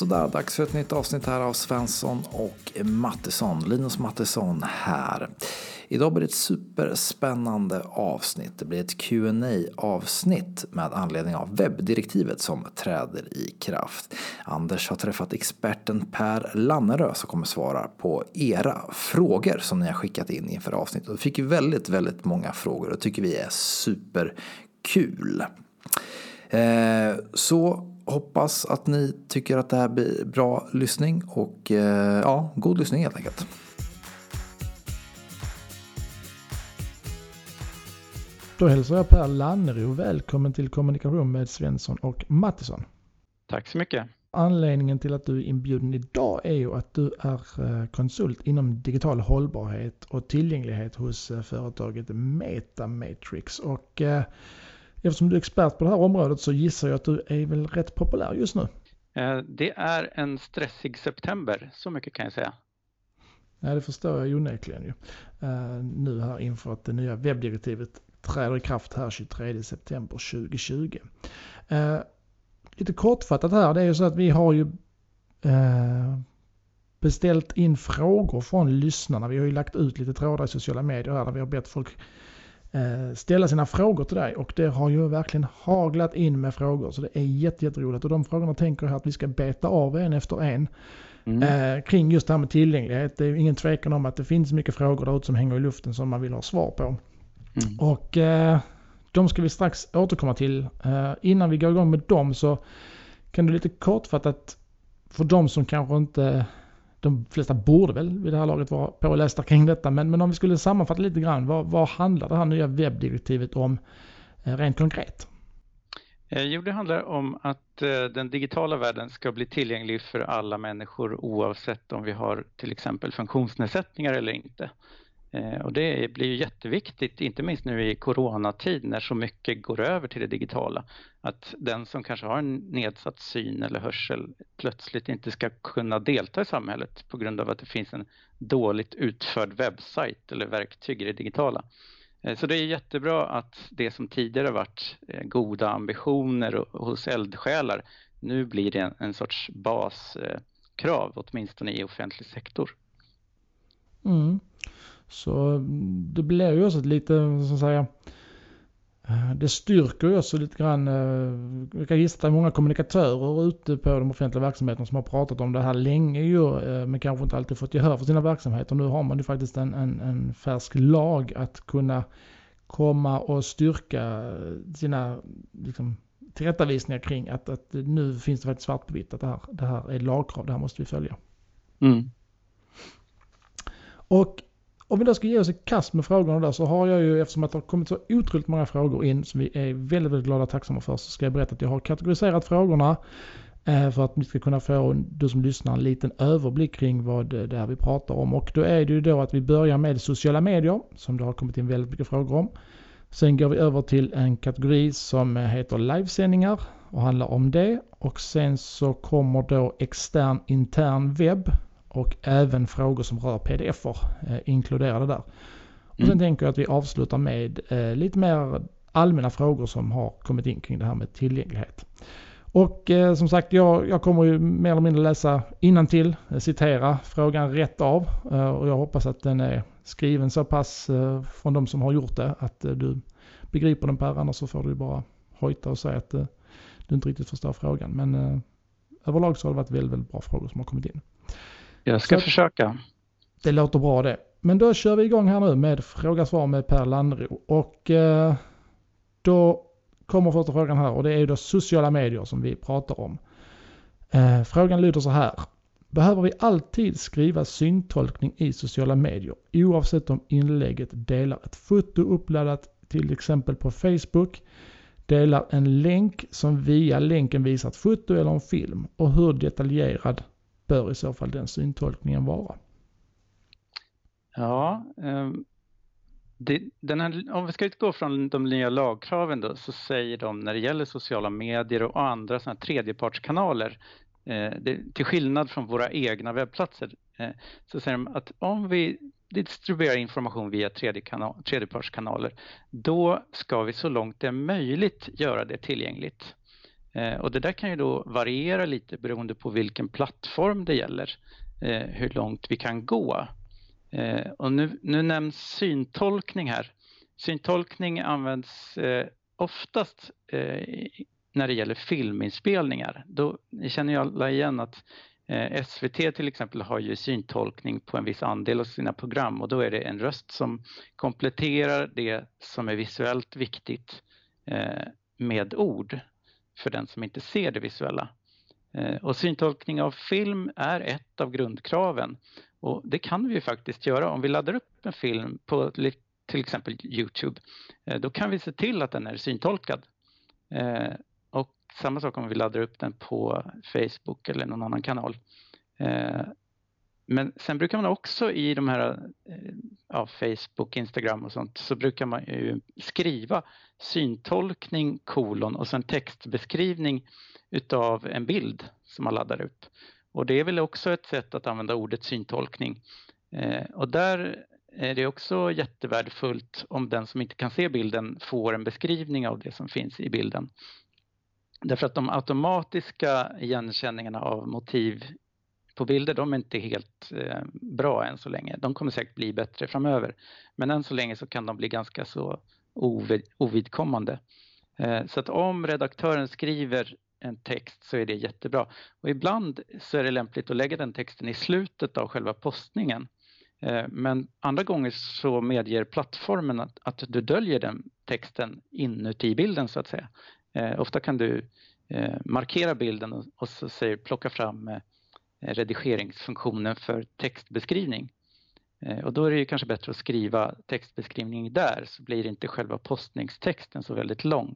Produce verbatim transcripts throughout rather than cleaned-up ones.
Sådär, dags för ett nytt avsnitt här av Svensson och Mattisson. Linus Mattisson här. Idag blir det ett superspännande avsnitt. Det blir ett Q and A-avsnitt med anledning av webbdirektivet som träder i kraft. Anders har träffat experten Per Lannerö som kommer svara på era frågor som ni har skickat in inför avsnittet. Vi fick väldigt, väldigt många frågor och tycker vi är superkul. Eh, så hoppas att ni tycker att det här blir bra lyssning och eh, ja, god lyssning helt enkelt. Då hälsar jag Per Lannerö välkommen till kommunikation med Svensson och Mattisson. Tack så mycket. Anledningen till att du är inbjuden idag är ju att du är konsult inom digital hållbarhet och tillgänglighet hos företaget Metamatrix. Och eh, eftersom du är expert på det här området så gissar jag att du är väl rätt populär just nu. Det är en stressig september, så mycket kan jag säga. Ja, det förstår jag onekligen ju. Nu här inför att det nya webbdirektivet träder i kraft här tjugotredje september tjugohundratjugo. Eh, lite kortfattat här, det är ju så att vi har ju eh, beställt in frågor från lyssnarna. Vi har ju lagt ut lite trådar i sociala medier här där vi har bett folk eh, ställa sina frågor till dig. Och det har ju verkligen haglat in med frågor, så det är jätte, jätteroligt. Och de frågorna tänker jag att vi ska beta av en efter en. Mm. Eh, kring just det här med tillgänglighet. Det är ju ingen tvekan om att det finns mycket frågor där ute som hänger i luften som man vill ha svar på. Mm. Och eh, de ska vi strax återkomma till. Eh, innan vi går igång med dem så kan du lite kortfattat, för de som kanske inte, de flesta borde väl vid det här laget vara pålästa kring detta, men, men om vi skulle sammanfatta lite grann, vad, vad handlar det här nya webbdirektivet om eh, rent konkret? Eh, jo, det handlar om att eh, den digitala världen ska bli tillgänglig för alla människor oavsett om vi har till exempel funktionsnedsättningar eller inte. Och det blir ju jätteviktigt, inte minst nu i coronatid när så mycket går över till det digitala. Att den som kanske har en nedsatt syn eller hörsel plötsligt inte ska kunna delta i samhället på grund av att det finns en dåligt utförd webbsajt eller verktyg i det digitala. Så det är jättebra att det som tidigare varit goda ambitioner hos eldsjälar nu blir det en, en sorts baskrav, åtminstone i offentlig sektor. Mm. Så det blir ju också ett lite, så att säga, det styrker ju också lite grann, vi kan gissa att det är många kommunikatörer ute på de offentliga verksamheterna som har pratat om det här länge ju, men kanske inte alltid fått gehör för sina verksamheter. Nu har man ju faktiskt en, en, en färsk lag att kunna komma och styrka sina liksom, tillrättavisningar kring att, att nu finns det faktiskt svart på vitt att det här, det här är lagkrav, det här måste vi följa. Mm. Och om vi då ska ge oss i kast med frågorna där, så har jag ju, eftersom att det har kommit så otroligt många frågor in som vi är väldigt, väldigt glada och tacksamma för, så ska jag berätta att jag har kategoriserat frågorna eh, för att vi ska kunna få, du som lyssnar, en liten överblick kring vad det är vi pratar om. Och då är det ju då att vi börjar med sociala medier, som det har kommit in väldigt mycket frågor om. Sen går vi över till en kategori som heter livesändningar och handlar om det. Och sen så kommer då extern intern webb och även frågor som rör pdf-er eh, inkluderade där. Och sen mm. tänker jag att vi avslutar med eh, lite mer allmänna frågor som har kommit in kring det här med tillgänglighet. Och eh, som sagt, jag, jag kommer ju mer eller mindre läsa innantill, eh, citera frågan rätt av. Eh, och jag hoppas att den är skriven så pass eh, från de som har gjort det att eh, du begriper den, Per, annars så får du bara hojta och säga att eh, du inte riktigt förstår frågan. Men eh, överlag så har det varit väldigt, väldigt bra frågor som har kommit in. Jag ska så försöka. Det låter bra det. Men då kör vi igång här nu med fråga svar med Per Lannerö. Och eh, då kommer första frågan här, och det är ju då sociala medier som vi pratar om. Eh, frågan lyder så här. Behöver vi alltid skriva syntolkning i sociala medier oavsett om inlägget delar ett foto uppladdat till exempel på Facebook, delar en länk som via länken visar ett foto eller en film, och hur detaljerad bör i så fall den syntolkningen vara? Ja, um, det, den här, om vi ska utgå från de nya lagkraven då, så säger de när det gäller sociala medier och andra sådana här tredjepartskanaler, eh, det, till skillnad från våra egna webbplatser, eh, så säger de att om vi distribuerar information via tredjekanal, tredjepartskanaler, då ska vi så långt det är möjligt göra det tillgängligt. Och det där kan ju då variera lite beroende på vilken plattform det gäller, hur långt vi kan gå. Och nu, nu nämns syntolkning här. Syntolkning används oftast när det gäller filminspelningar. Då känner ju alla igen att S V T till exempel har ju syntolkning på en viss andel av sina program, och då är det en röst som kompletterar det som är visuellt viktigt med ord för den som inte ser det visuella. Och syntolkning av film är ett av grundkraven, och det kan vi ju faktiskt göra om vi laddar upp en film på till exempel YouTube. Då kan vi se till att den är syntolkad. Och samma sak om vi laddar upp den på Facebook eller någon annan kanal. Men sen brukar man också i de här ja, Facebook, Instagram och sånt, så brukar man ju skriva syntolkning kolon och sen textbeskrivning utav en bild som man laddar upp. Och det är väl också ett sätt att använda ordet syntolkning. Och där är det också jättevärdefullt om den som inte kan se bilden får en beskrivning av det som finns i bilden. Därför att de automatiska igenkänningarna av motiv på bilder, de är inte helt eh, bra än så länge. De kommer säkert bli bättre framöver. Men än så länge så kan de bli ganska så ovid, ovidkommande. Eh, så att om redaktören skriver en text så är det jättebra. Och ibland så är det lämpligt att lägga den texten i slutet av själva postningen. Eh, men andra gånger så medger plattformen att, att du döljer den texten inuti bilden så att säga. Eh, ofta kan du eh, markera bilden och, och så säger plocka fram eh, redigeringsfunktionen för textbeskrivning. Eh, och då är det ju kanske bättre att skriva textbeskrivning där, så blir inte själva postningstexten så väldigt lång.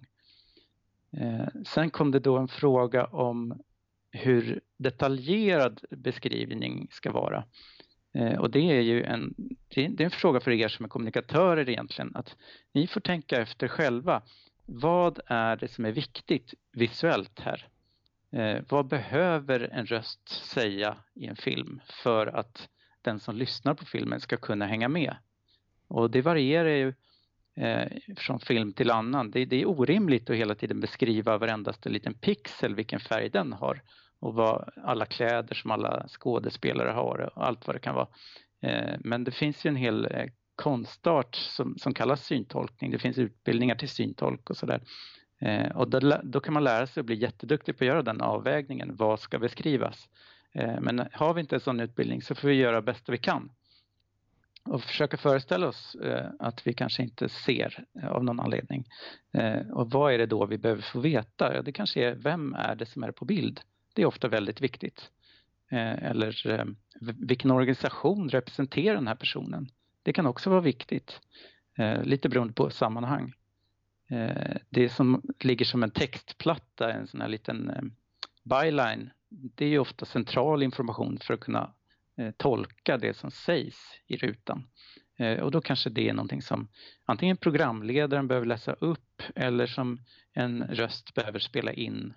Eh, sen kom det då en fråga om hur detaljerad beskrivning ska vara. Eh, och det är ju en, det är en fråga för er som är kommunikatörer egentligen, att ni får tänka efter själva. Vad är det som är viktigt visuellt här? Eh, vad behöver en röst säga i en film för att den som lyssnar på filmen ska kunna hänga med? Och det varierar ju eh, från film till annan. Det, det är orimligt att hela tiden beskriva varendaste liten pixel, vilken färg den har. Och vad alla kläder som alla skådespelare har och allt vad det kan vara. Eh, men det finns ju en hel eh, konstart som, som kallas syntolkning. Det finns utbildningar till syntolk och sådär. Eh, och då, då kan man lära sig att bli jätteduktig på att göra den avvägningen. Vad ska beskrivas? Eh, men har vi inte en sån utbildning så får vi göra bäst vi kan. Och försöka föreställa oss eh, att vi kanske inte ser eh, av någon anledning. Eh, och vad är det då vi behöver få veta? Ja, det kanske är, vem är det som är på bild? Det är ofta väldigt viktigt. Eh, eller eh, vilken organisation representerar den här personen? Det kan också vara viktigt. Eh, lite beroende på sammanhang. Eh, det som ligger som en textplatta, en sån här liten eh, byline. Det är ju ofta central information för att kunna eh, tolka det som sägs i rutan. Eh, och då kanske det är någonting som antingen programledaren behöver läsa upp eller som en röst behöver spela in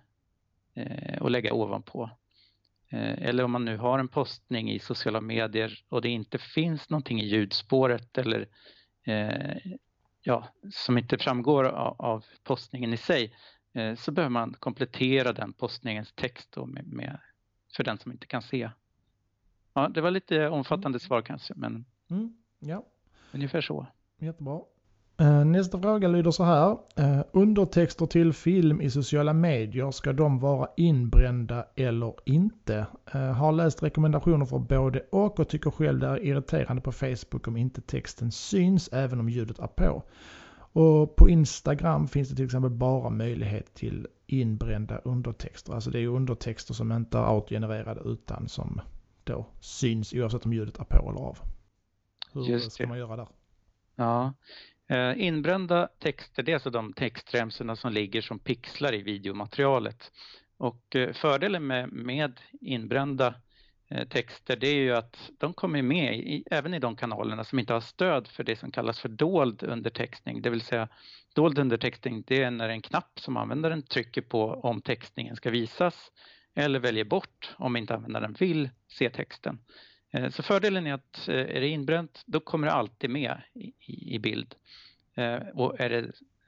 eh, och lägga ovanpå. Eller om man nu har en postning i sociala medier och det inte finns någonting i ljudspåret eller eh, ja, som inte framgår av, av postningen i sig, eh, så behöver man komplettera den postningens text då med, med, för den som inte kan se. Ja, det var lite omfattande svar kanske, men mm, ja. ungefär så. Jättebra. Nästa fråga lyder så här. Undertexter till film i sociala medier, ska de vara inbrända eller inte? Har läst rekommendationer för både och och tycker själv det är irriterande på Facebook om inte texten syns även om ljudet är på. Och på Instagram finns det till exempel bara möjlighet till inbrända undertexter. Alltså det är ju undertexter som inte är autogenererade utan som då syns oavsett om ljudet är på eller av. Hur Just ska det. man göra där? Ja. Eh, inbrända texter, det är alltså de textremsorna som ligger som pixlar i videomaterialet. Och eh, fördelen med, med inbrända eh, texter, det är ju att de kommer med i, även i de kanalerna som inte har stöd för det som kallas för dold undertextning. Det vill säga dold undertextning, det är när en knapp som användaren trycker på om textningen ska visas eller väljer bort om inte användaren vill se texten. Så fördelen är att är det inbränt, då kommer det alltid med i, i bild. Och är det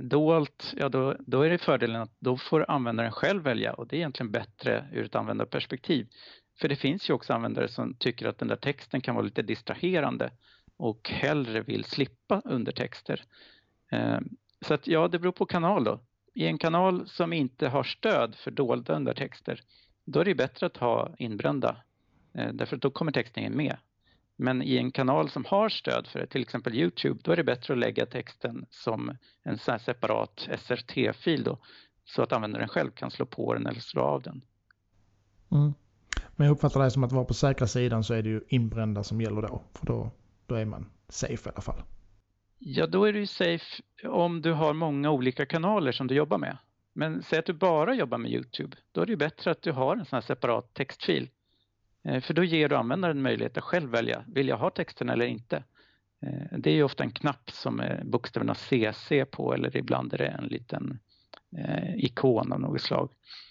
dolt, ja då, då är det fördelen att då får användaren själv välja, och det är egentligen bättre ur ett användarperspektiv. För det finns ju också användare som tycker att den där texten kan vara lite distraherande och hellre vill slippa undertexter. Eh, så att ja, det beror på kanal då. I en kanal som inte har stöd för dolda undertexter, då är det bättre att ha inbrända. Eh, därför att då kommer texten med. Men i en kanal som har stöd för det, till exempel YouTube, då är det bättre att lägga texten som en sån här separat S R T-fil då, så att användaren själv kan slå på den eller slå av den. Mm. Men jag uppfattar det som att vara på säkra sidan, så är det ju inbrända som gäller då. För då, då är man safe i alla fall. Ja, då är du ju safe om du har många olika kanaler som du jobbar med. Men säg att du bara jobbar med YouTube, då är det ju bättre att du har en sån här separat textfil. För då ger du användaren möjlighet att själv välja, vill jag ha texten eller inte. Det är ju ofta en knapp som är bokstäverna C C på, eller ibland är det en liten eh, ikon av något slag.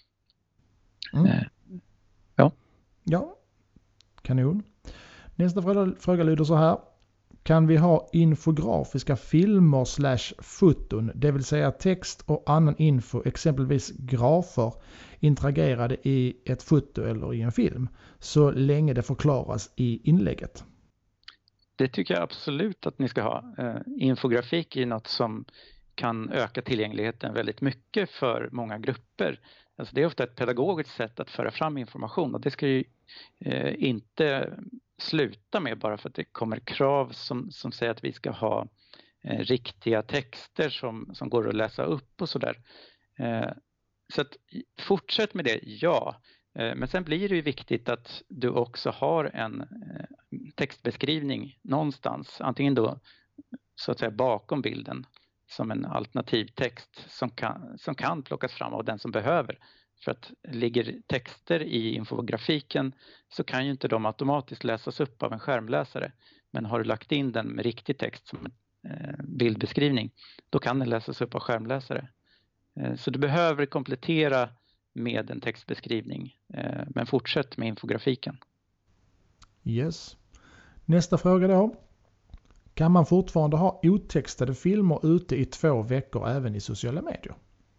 Mm. Eh, ja. Ja, kanon. Nästa fråga, fråga lyder så här. Kan vi ha infografiska filmer slash foton, det vill säga text och annan info, exempelvis grafer, interagerade i ett foto eller i en film, så länge det förklaras i inlägget? Det tycker jag absolut att ni ska ha. Eh, infografik är något som kan öka tillgängligheten väldigt mycket för många grupper. Alltså det är ofta ett pedagogiskt sätt att föra fram information, och det ska ju eh, inte sluta med bara för att det kommer krav som, som säger att vi ska ha eh, riktiga texter som, som går att läsa upp och sådär. Eh, så att fortsätt med det, ja. Eh, men sen blir det ju viktigt att du också har en eh, textbeskrivning någonstans, antingen då så att säga bakom bilden som en alternativ text som kan, som kan plockas fram av den som behöver. För att ligger texter i infografiken så kan ju inte de automatiskt läsas upp av en skärmläsare. Men har du lagt in den med riktig text som eh, bildbeskrivning, då kan den läsas upp av skärmläsare. Eh, så du behöver komplettera med en textbeskrivning, eh, men fortsätt med infografiken. Yes. Nästa fråga då. Kan man fortfarande ha otextade filmer ute i två veckor även i sociala medier?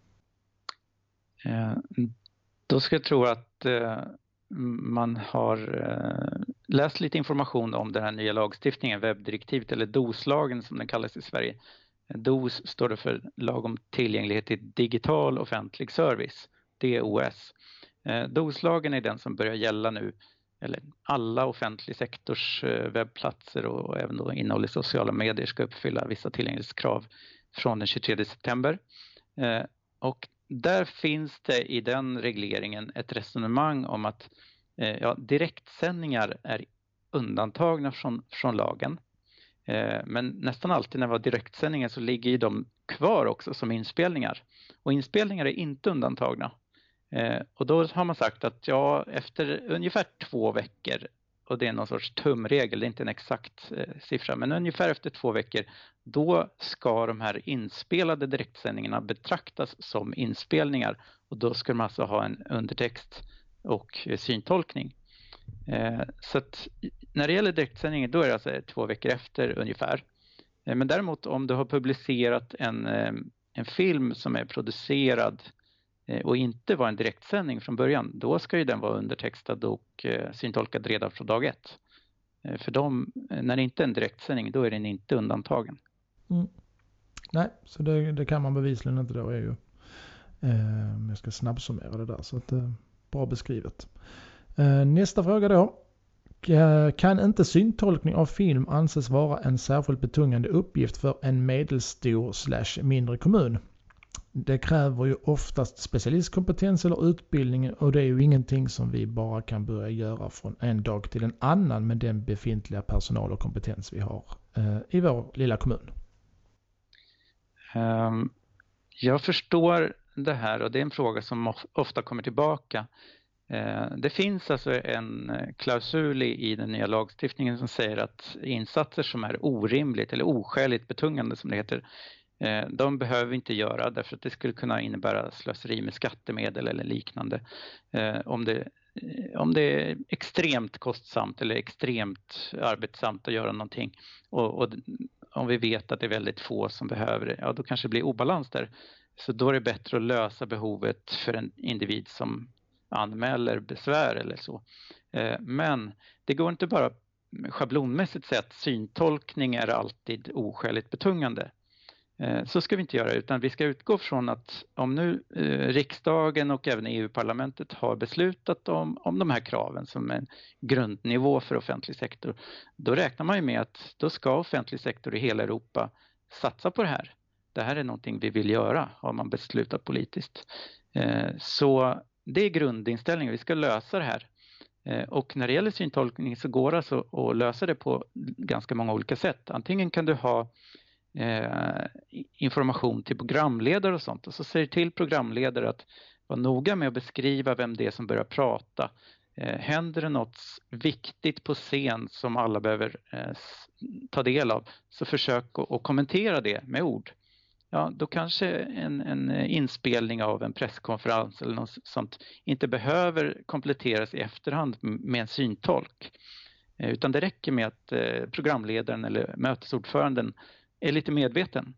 Eh, då ska jag tro att eh, man har eh, läst lite information om den här nya lagstiftningen, webbdirektivet eller D O S-lagen som den kallas i Sverige. D O S står det för lag om tillgänglighet till digital offentlig service, D O S. Eh, D O S-lagen är den som börjar gälla nu, eller alla offentlig sektors eh, webbplatser och även då innehåll i sociala medier ska uppfylla vissa tillgänglighetskrav från den tjugotredje september. Eh, och där finns det i den regleringen ett resonemang om att eh, ja, direktsändningar är undantagna från, från lagen. Eh, men nästan alltid när det var direktsändningar så ligger ju de kvar också som inspelningar. Och inspelningar är inte undantagna. Eh, och då har man sagt att ja, efter ungefär två veckor, och det är någon sorts tumregel, det är inte en exakt eh, siffra, men ungefär efter två veckor, då ska de här inspelade direktsändningarna betraktas som inspelningar, och då ska de alltså ha en undertext och eh, syntolkning. Eh, så att när det gäller direktsändningar, då är det alltså två veckor efter ungefär. Eh, men däremot om du har publicerat en, eh, en film som är producerad och inte var en direktsändning från början, då ska ju den vara undertextad och eh, syntolkad redan från dag ett. Eh, för dem, när det inte är en direktsändning, då är den inte undantagen. Mm. Nej, så det, det kan man bevisligen inte då. Är ju, eh, jag ska snabbsummera det där, så att eh, bra beskrivet. Eh, nästa fråga då. Kan inte syntolkning av film anses vara en särskilt betungande uppgift för en medelstor slash mindre kommun? Det kräver ju oftast specialistkompetens eller utbildning, och det är ju ingenting som vi bara kan börja göra från en dag till en annan med den befintliga personal och kompetens vi har eh, i vår lilla kommun. Um, jag förstår det här, och det är en fråga som ofta kommer tillbaka. Uh, det finns alltså en klausul i, i den nya lagstiftningen som säger att insatser som är orimligt eller oskäligt betungande, som det heter, de behöver vi inte göra, därför att det skulle kunna innebära slöseri med skattemedel eller liknande. Eh, om, det, om det är extremt kostsamt eller extremt arbetsamt att göra någonting. Och, och om vi vet att det är väldigt få som behöver det, ja då kanske det blir obalans där. Så då är det bättre att lösa behovet för en individ som anmäler besvär eller så. Men det går inte bara schablonmässigt säga att syntolkning är alltid oskäligt betungande. Så ska vi inte göra, utan vi ska utgå från att om nu riksdagen och även E U-parlamentet har beslutat om, om de här kraven som en grundnivå för offentlig sektor, då räknar man ju med att då ska offentlig sektor i hela Europa satsa på det här. Det här är någonting vi vill göra, har man beslutat politiskt. Så det är grundinställningen, vi ska lösa det här. Och när det gäller syntolkning så går det alltså att lösa det på ganska många olika sätt. Antingen kan du ha eh, information till programledare och sånt. Och så säger till programledare att vara noga med att beskriva vem det är som börjar prata. Eh, händer det något viktigt på scen som alla behöver eh, ta del av, så försök att, att kommentera det med ord. Ja, då kanske en, en inspelning av en presskonferens eller något sånt inte behöver kompletteras i efterhand med en syntolk. Utan det räcker med att programledaren eller mötesordföranden är lite medveten.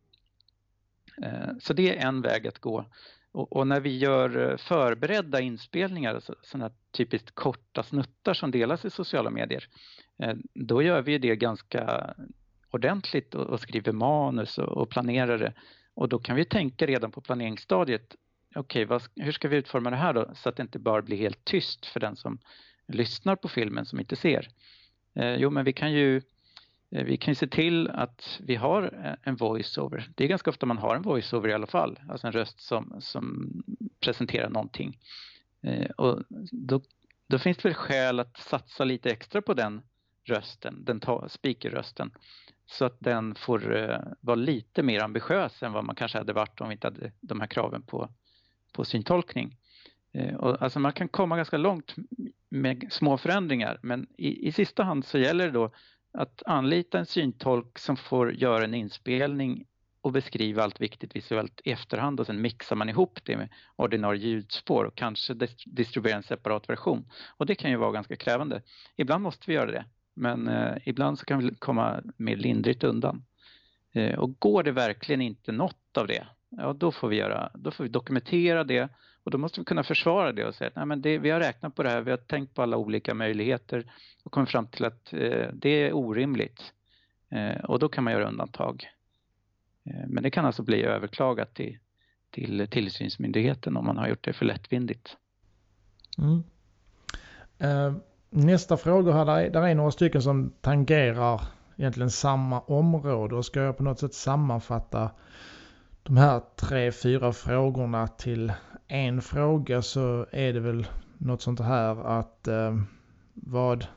Så det är en väg att gå. Och, och när vi gör förberedda inspelningar, sådana typiskt korta snuttar som delas i sociala medier, då gör vi det ganska ordentligt och, och skriver manus och, och planerar det. Och då kan vi tänka redan på planeringsstadiet, okej, okay, hur ska vi utforma det här då? Så att det inte bara blir helt tyst för den som lyssnar på filmen som inte ser. Eh, jo, men vi kan ju eh, vi kan ju se till att vi har en voiceover. Det är ganska ofta man har en voiceover i alla fall. Alltså en röst som, som presenterar någonting. Eh, och då, då finns det väl skäl att satsa lite extra på den rösten, den ta- speakerrösten. Så att den får uh, vara lite mer ambitiös än vad man kanske hade varit om vi inte hade de här kraven på, på syntolkning. Uh, och, alltså man kan komma ganska långt med små förändringar, men i, i sista hand så gäller det då att anlita en syntolk som får göra en inspelning och beskriva allt viktigt visuellt i efterhand, och sen mixar man ihop det med ordinarie ljudspår och kanske distribuera en separat version. Och det kan ju vara ganska krävande. Ibland måste vi göra det. Men eh, ibland så kan vi komma mer lindrigt undan. Eh, och går det verkligen inte något av det, ja då får vi göra, då får vi dokumentera det, och då måste vi kunna försvara det och säga att nej, men det, vi har räknat på det här, vi har tänkt på alla olika möjligheter och kommit fram till att eh, det är orimligt. Eh, och då kan man göra undantag. Eh, men det kan alltså bli överklagat till, till tillsynsmyndigheten om man har gjort det för lättvindigt. Mm. Uh... Nästa fråga här, där är, där är några stycken som tangerar egentligen samma område, och ska jag på något sätt sammanfatta de här tre, fyra frågorna till en fråga, så är det väl något sånt här att eh, vad,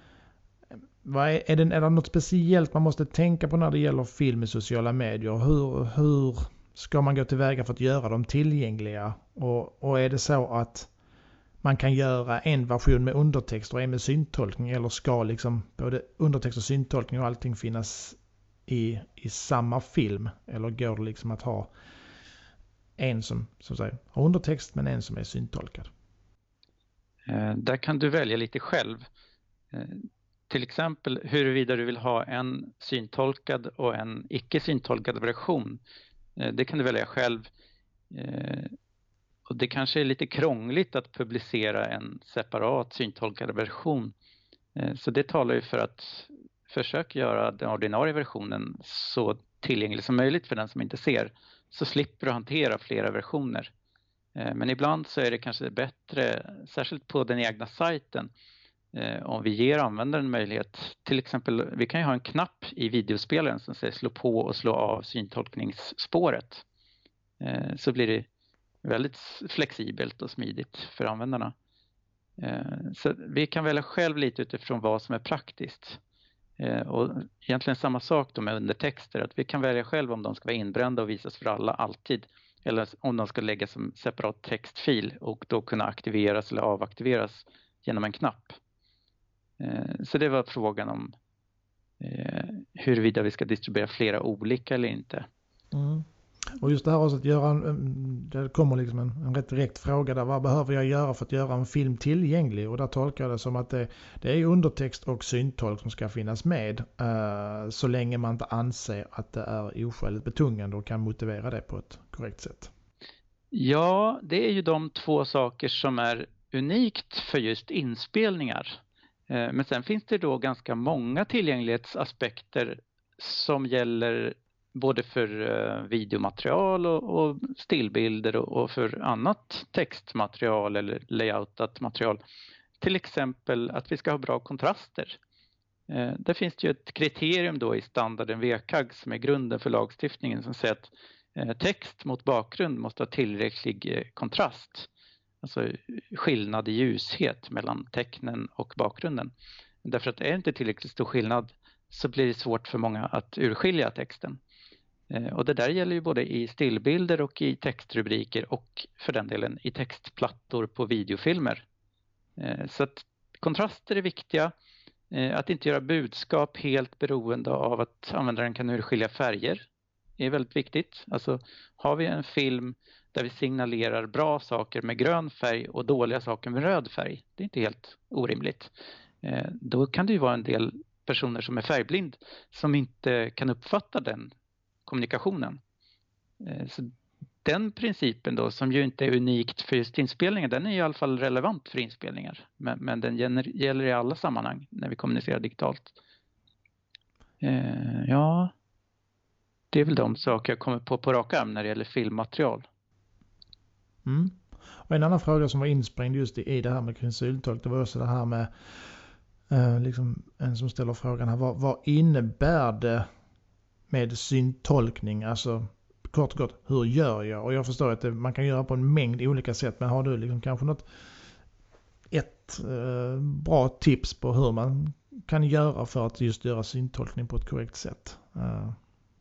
vad är, är, det, är det något speciellt man måste tänka på när det gäller film i sociala medier? Hur, hur ska man gå tillväga för att göra dem tillgängliga? Och, och är det så att man kan göra en version med undertext och en med syntolkning, eller ska liksom både undertext och syntolkning och allting finnas i, i samma film? Eller går det liksom att ha en som, som säger, har undertext men en som är syntolkad? Eh, där kan du välja lite själv. Eh, till exempel huruvida du vill ha en syntolkad och en icke syntolkad version. Eh, det kan du välja själv. Eh, Och det kanske är lite krångligt att publicera en separat syntolkad version. Så det talar ju för att försöka göra den ordinarie versionen så tillgänglig som möjligt för den som inte ser. Så slipper du hantera flera versioner. Men ibland så är det kanske bättre, särskilt på den egna sajten, om vi ger användaren möjlighet. Till exempel, vi kan ju ha en knapp i videospelaren som säger slå på och slå av syntolkningsspåret. Så blir det väldigt flexibelt och smidigt för användarna. Så vi kan välja själv lite utifrån vad som är praktiskt. Och egentligen samma sak då med undertexter, att vi kan välja själv om de ska vara inbrända och visas för alla alltid, eller om de ska läggas som separat textfil och då kunna aktiveras eller avaktiveras genom en knapp. Så det var frågan om huruvida vi ska distribuera flera olika eller inte. Mm. Och just det här också att göra en, det kommer liksom en, en rätt direkt fråga där, vad behöver jag göra för att göra en film tillgänglig? Och där tolkar jag det som att det, det är undertext och syntolk som ska finnas med uh, så länge man inte anser att det är oskäligt betungande och kan motivera det på ett korrekt sätt. Ja, det är ju de två saker som är unikt för just inspelningar. Uh, men sen finns det då ganska många tillgänglighetsaspekter som gäller både för uh, videomaterial och, och stillbilder och, och för annat textmaterial eller layoutat material. Till exempel att vi ska ha bra kontraster. Uh, där finns det ju ett kriterium då i standarden V C A G som är grunden för lagstiftningen som säger att uh, text mot bakgrund måste ha tillräcklig uh, kontrast. Alltså skillnad i ljushet mellan tecknen och bakgrunden. Därför att är det inte tillräckligt stor skillnad så blir det svårt för många att urskilja texten. Och det där gäller ju både i stillbilder och i textrubriker och för den delen i textplattor på videofilmer. Så att kontraster är viktiga. Att inte göra budskap helt beroende av att användaren kan urskilja färger är väldigt viktigt. Alltså har vi en film där vi signalerar bra saker med grön färg och dåliga saker med röd färg. Det är inte helt orimligt. Då kan det ju vara en del personer som är färgblind som inte kan uppfatta den kommunikationen. Så den principen då, som ju inte är unikt för just inspelningen, den är i alla fall relevant för inspelningar. Men, men den gäller i alla sammanhang när vi kommunicerar digitalt. Eh, ja, det är väl de saker jag kommer på på rak arm när det gäller filmmaterial. Mm. Och en annan fråga som var insprängd just i, i det här med konsyltolk, det var också det här med eh, liksom en som ställer frågan här, vad, vad innebär det med syntolkning? Alltså kort och gott, hur gör jag? Och jag förstår att det, man kan göra på en mängd olika sätt, men har du liksom kanske något ett eh, bra tips på hur man kan göra för att just göra syntolkning på ett korrekt sätt? Uh.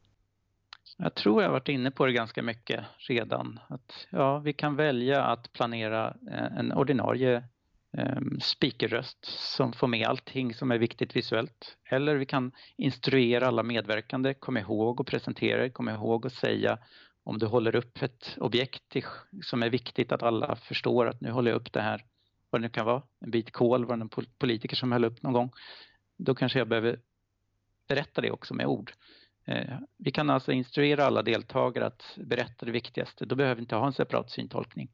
Jag tror jag har varit inne på det ganska mycket redan. Att, ja, vi kan välja att planera en ordinarie eh, speakerröst som får med allting som är viktigt visuellt. Eller vi kan instruera alla medverkande, kom ihåg att presentera, kom ihåg att säga om du håller upp ett objekt som är viktigt att alla förstår att nu håller jag upp det här. Vad det nu kan vara, en bit kol, var det en politiker som höll upp någon gång. Då kanske jag behöver berätta det också med ord. Vi kan alltså instruera alla deltagare att berätta det viktigaste. Då behöver vi inte ha en separat syntolkning.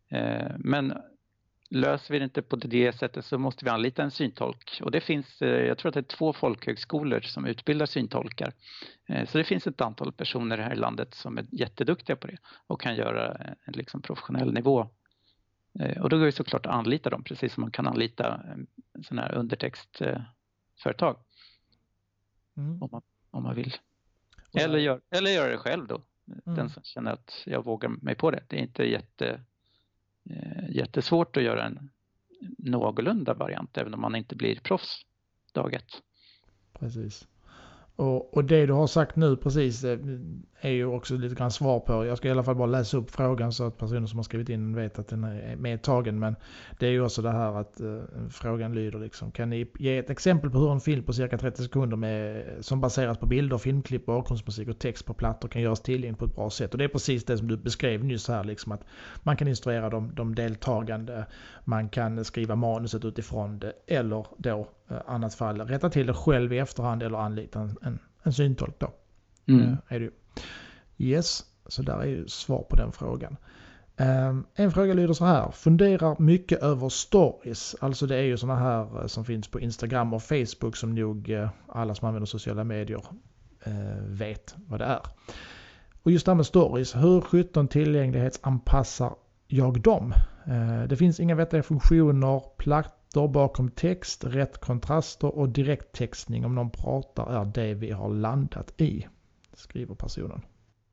Men löser vi det inte på det sättet så måste vi anlita en syntolk. Och det finns, jag tror att det är två folkhögskolor som utbildar syntolkar. Så det finns ett antal personer här i landet som är jätteduktiga på det och kan göra en liksom professionell nivå. Och då går vi såklart att anlita dem, precis som man kan anlita sådana här undertextföretag. Mm. Om, man, om man vill. Eller, gör, eller göra det själv då. Mm. Den som känner att jag vågar mig på det. Det är inte jätte, eh, jättesvårt att göra en någorlunda variant, även om man inte blir proffs dag ett. Precis. Och, och det du har sagt nu precis är ju också lite grann svar på. Jag ska i alla fall bara läsa upp frågan så att personer som har skrivit in vet att den är medtagen. Men det är ju också det här att uh, frågan lyder liksom. Kan ni ge ett exempel på hur en film på cirka trettio sekunder med, som baseras på bilder, filmklipp, bakgrundsmusik och text på plattor kan göras tillgängligt på ett bra sätt? Och det är precis det som du beskrev nyss här. Liksom, att man kan instruera de, de deltagande. Man kan skriva manuset utifrån det. Eller då i annat fall rätta till det själv i efterhand eller anlita en, en, en syntolk då. Mm. Är det ju. Yes, så där är ju svar på den frågan. Um, en fråga lyder så här. Funderar mycket över stories. Alltså det är ju såna här som finns på Instagram och Facebook som nog uh, alla som använder sociala medier uh, vet vad det är. Och just det här med stories. Hur sjutton tillgänglighetsanpassar jag dem? Uh, det finns inga vettiga funktioner, plattor bakom text, rätt kontraster och direkttextning om någon pratar är det vi har landat i, skriver personen.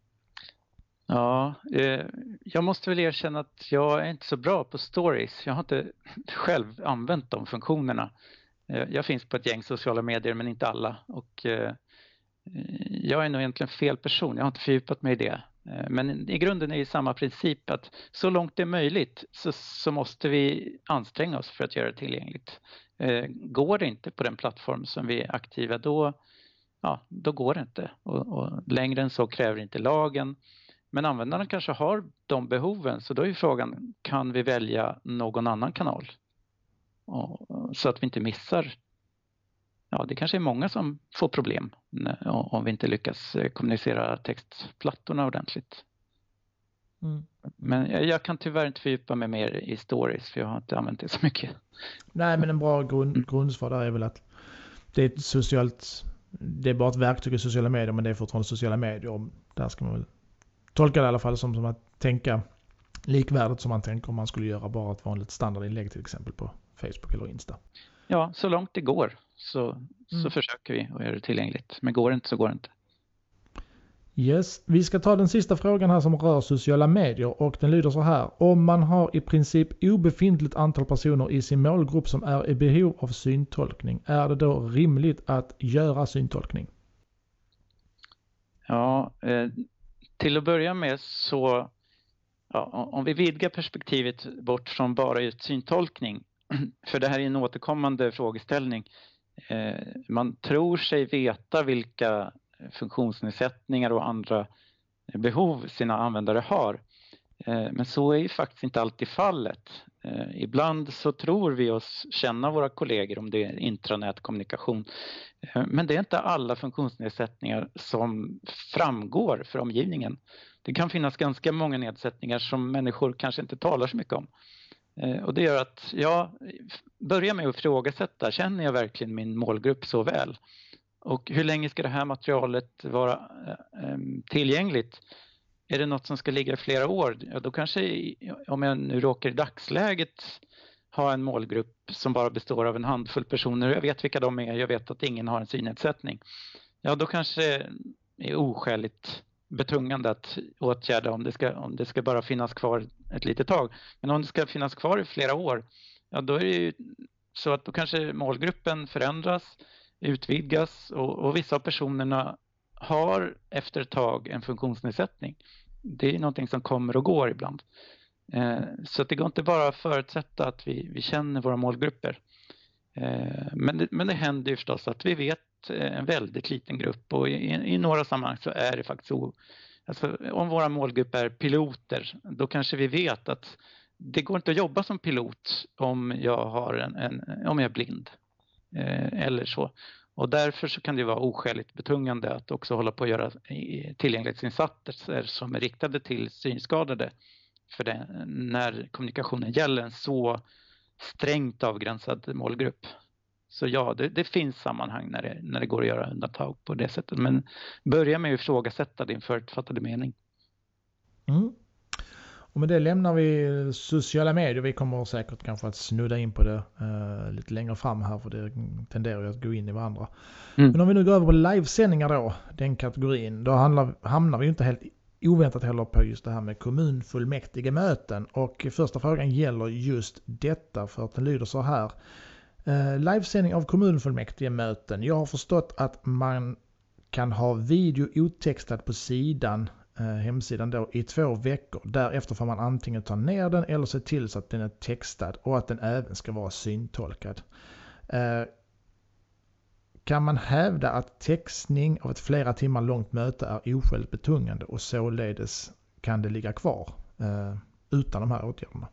Ja, eh, jag måste väl erkänna att jag är inte så bra på stories. Jag har inte själv använt de funktionerna. Eh, jag finns på ett gäng sociala medier men inte alla. Och eh, jag är nog egentligen fel person. Jag har inte fördjupat mig i det. Eh, men i grunden är det samma princip att så långt det är möjligt så, så måste vi anstränga oss för att göra det tillgängligt. Eh, går det inte på den plattform som vi är aktiva då, ja, då går det inte. Och, och längre än så kräver inte lagen. Men användarna kanske har de behoven, så då är ju frågan, kan vi välja någon annan kanal? Och, så att vi inte missar, ja det kanske är många som får problem om vi inte lyckas kommunicera textplattorna ordentligt. Mm. Men jag, jag kan tyvärr inte fördjupa mig mer i stories, för jag har inte använt det så mycket. Nej, men en bra grund, grundsvar där är väl att det är ett socialt, det är bara ett verktyg i sociala medier, men det är fortfarande sociala medier. Där ska man väl tolka det i alla fall som, som att tänka likvärdigt som man tänker om man skulle göra bara ett vanligt standardinlägg till exempel på Facebook eller Insta. Ja, så långt det går så, så mm. försöker vi att göra det tillgängligt. Men går det inte så går det inte. Yes, vi ska ta den sista frågan här som rör sociala medier och den lyder så här. Om man har i princip obefintligt antal personer i sin målgrupp som är i behov av syntolkning, är det då rimligt att göra syntolkning? Ja, eh, till att börja med så, ja, om vi vidgar perspektivet bort från bara just syntolkning, för det här är en återkommande frågeställning. Eh, man tror sig veta vilka funktionsnedsättningar och andra behov sina användare har. Men så är ju faktiskt inte alltid fallet. Ibland så tror vi oss känna våra kollegor om det är intranätkommunikation. Men det är inte alla funktionsnedsättningar som framgår för omgivningen. Det kan finnas ganska många nedsättningar som människor kanske inte talar så mycket om. Och det gör att jag börjar med att ifrågasätta, känner jag verkligen min målgrupp så väl? Och hur länge ska det här materialet vara tillgängligt? Är det något som ska ligga i flera år? Ja, då kanske, om jag nu råkar i dagsläget ha en målgrupp som bara består av en handfull personer. Jag vet vilka de är, jag vet att ingen har en synnedsättning. Ja, då kanske det är oskäligt betungande att åtgärda om det ska, om det ska bara finnas kvar ett litet tag. Men om det ska finnas kvar i flera år, ja då är det ju så att då kanske målgruppen förändras, utvidgas och, och vissa av personerna har efter ett tag en funktionsnedsättning. Det är någonting som kommer och går ibland. Eh, så att det går inte bara att förutsätta att vi, vi känner våra målgrupper. Eh, men, det, men det händer ju förstås att vi vet en väldigt liten grupp och i, i några sammanhang så är det faktiskt så. Alltså, om våra målgrupp är piloter, då kanske vi vet att det går inte att jobba som pilot om jag, har en, en, om jag är blind. Eh, eller så. Och därför så kan det vara oskäligt betungande att också hålla på att göra tillgänglighetsinsatser som är riktade till synskadade. För det, när kommunikationen gäller en så strängt avgränsad målgrupp. Så ja, det, det finns sammanhang när det, när det går att göra undantag på det sättet. Men börja med att ifrågasätta din förutfattade mening. Mm. Och med det lämnar vi sociala medier. Vi kommer säkert kanske att snudda in på det uh, lite längre fram här, för det tenderar ju att gå in i varandra. Mm. Men om vi nu går över på livesändningar då, den kategorin, då handlar, hamnar vi ju inte helt oväntat heller på just det här med kommunfullmäktige möten. Och första frågan gäller just detta, för att den lyder så här. Uh, livesändning av kommunfullmäktige möten. Jag har förstått att man kan ha video otextad på sidan, eh, hemsidan då, i två veckor. Därefter får man antingen ta ner den eller se till så att den är textad och att den även ska vara syntolkad. Eh, kan man hävda att textning av ett flera timmar långt möte är oskäligt betungande och således kan det ligga kvar eh, utan de här åtgärderna?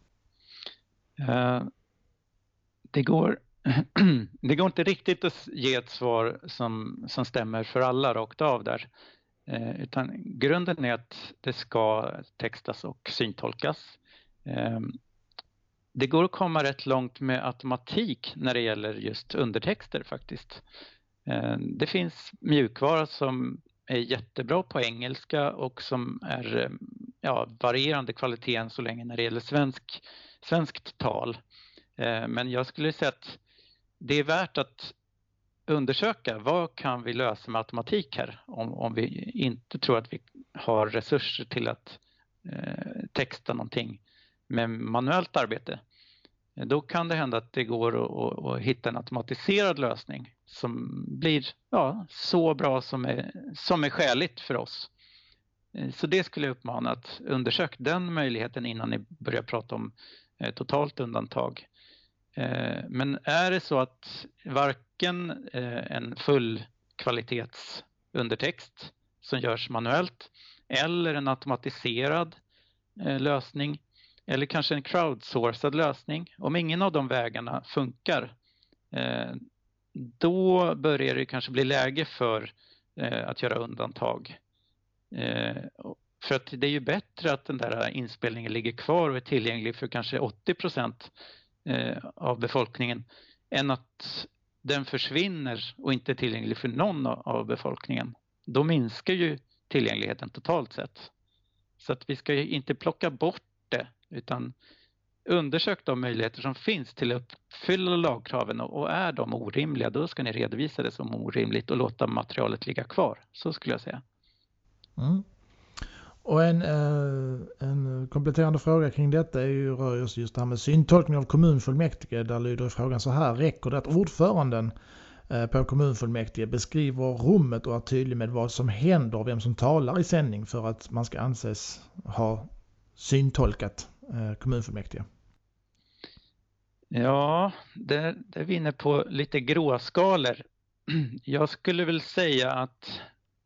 Uh, det går det går inte riktigt att ge ett svar som, som stämmer för alla rakt av där. Eh, utan grunden är att det ska textas och syntolkas. Eh, det går att komma rätt långt med automatik när det gäller just undertexter faktiskt. Eh, det finns mjukvara som är jättebra på engelska och som är ja, varierande kvaliteten så länge när det gäller svensk, svenskt tal. Eh, men jag skulle säga att det är värt att undersöka vad kan vi lösa med automatik här om, om vi inte tror att vi har resurser till att eh, texta någonting med manuellt arbete. Då kan det hända att det går att, att, att hitta en automatiserad lösning som blir ja, så bra som är, som är skäligt för oss. Så det skulle jag uppmana att undersöka den möjligheten innan ni börjar prata om eh, totalt undantag. Men är det så att varken en full kvalitetsundertext som görs manuellt eller en automatiserad eh, lösning eller kanske en crowdsourcad lösning. Om ingen av de vägarna funkar, eh, då börjar det kanske bli läge för eh, att göra undantag. Eh, för att det är ju bättre att den där inspelningen ligger kvar och är tillgänglig för kanske åttio procent eh, av befolkningen än att den försvinner och inte är tillgänglig för någon av befolkningen. Då minskar ju tillgängligheten totalt sett. Så att vi ska ju inte plocka bort det, utan undersök de möjligheter som finns till att uppfylla lagkraven, och är de orimliga, då ska ni redovisa det som orimligt och låta materialet ligga kvar. Så skulle jag säga. Mm. Och en, eh, en kompletterande fråga kring detta är ju, rör just, just det här med syntolkning av kommunfullmäktige. Där lyder frågan så här: räcker det att ordföranden eh, på kommunfullmäktige beskriver rummet och är tydlig med vad som händer och vem som talar i sändning för att man ska anses ha syntolkat eh, kommunfullmäktige? Ja, det, det är vi inne på lite gråskalor. Jag skulle väl säga att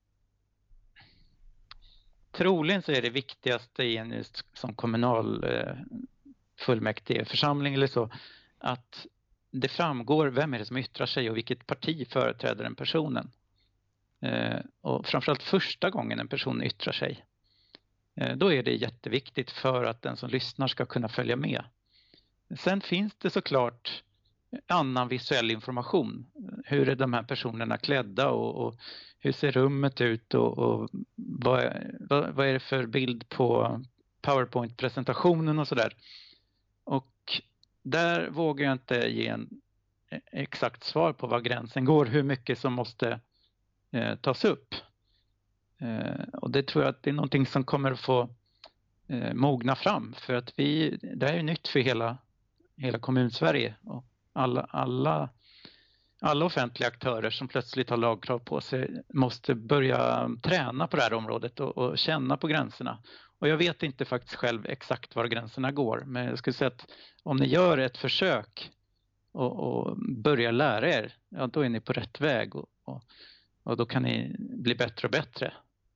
troligen så är det viktigaste i en just som kommunal eh, fullmäktige församling eller så, att det framgår vem är det som yttrar sig och vilket parti företräder den personen. Eh, och framförallt första gången en person yttrar sig. Eh, då är det jätteviktigt för att den som lyssnar ska kunna följa med. Sen finns det såklart annan visuell information. Hur är de här personerna klädda och, och hur ser rummet ut och, och vad, vad, vad är det för bild på PowerPoint-presentationen och sådär. Och där vågar jag inte ge en exakt svar på var gränsen går, hur mycket som måste eh, tas upp. Eh, och det tror jag att det är någonting som kommer att få eh, mogna fram, för att vi, det här är ju nytt för hela, hela kommunsverige och alla, alla, alla offentliga aktörer som plötsligt har lagkrav på sig måste börja träna på det här området och, och känna på gränserna. Och jag vet inte faktiskt själv exakt var gränserna går, men jag skulle säga att om ni gör ett försök och, och börjar lära er, ja, då är ni på rätt väg och, och, och då kan ni bli bättre och bättre.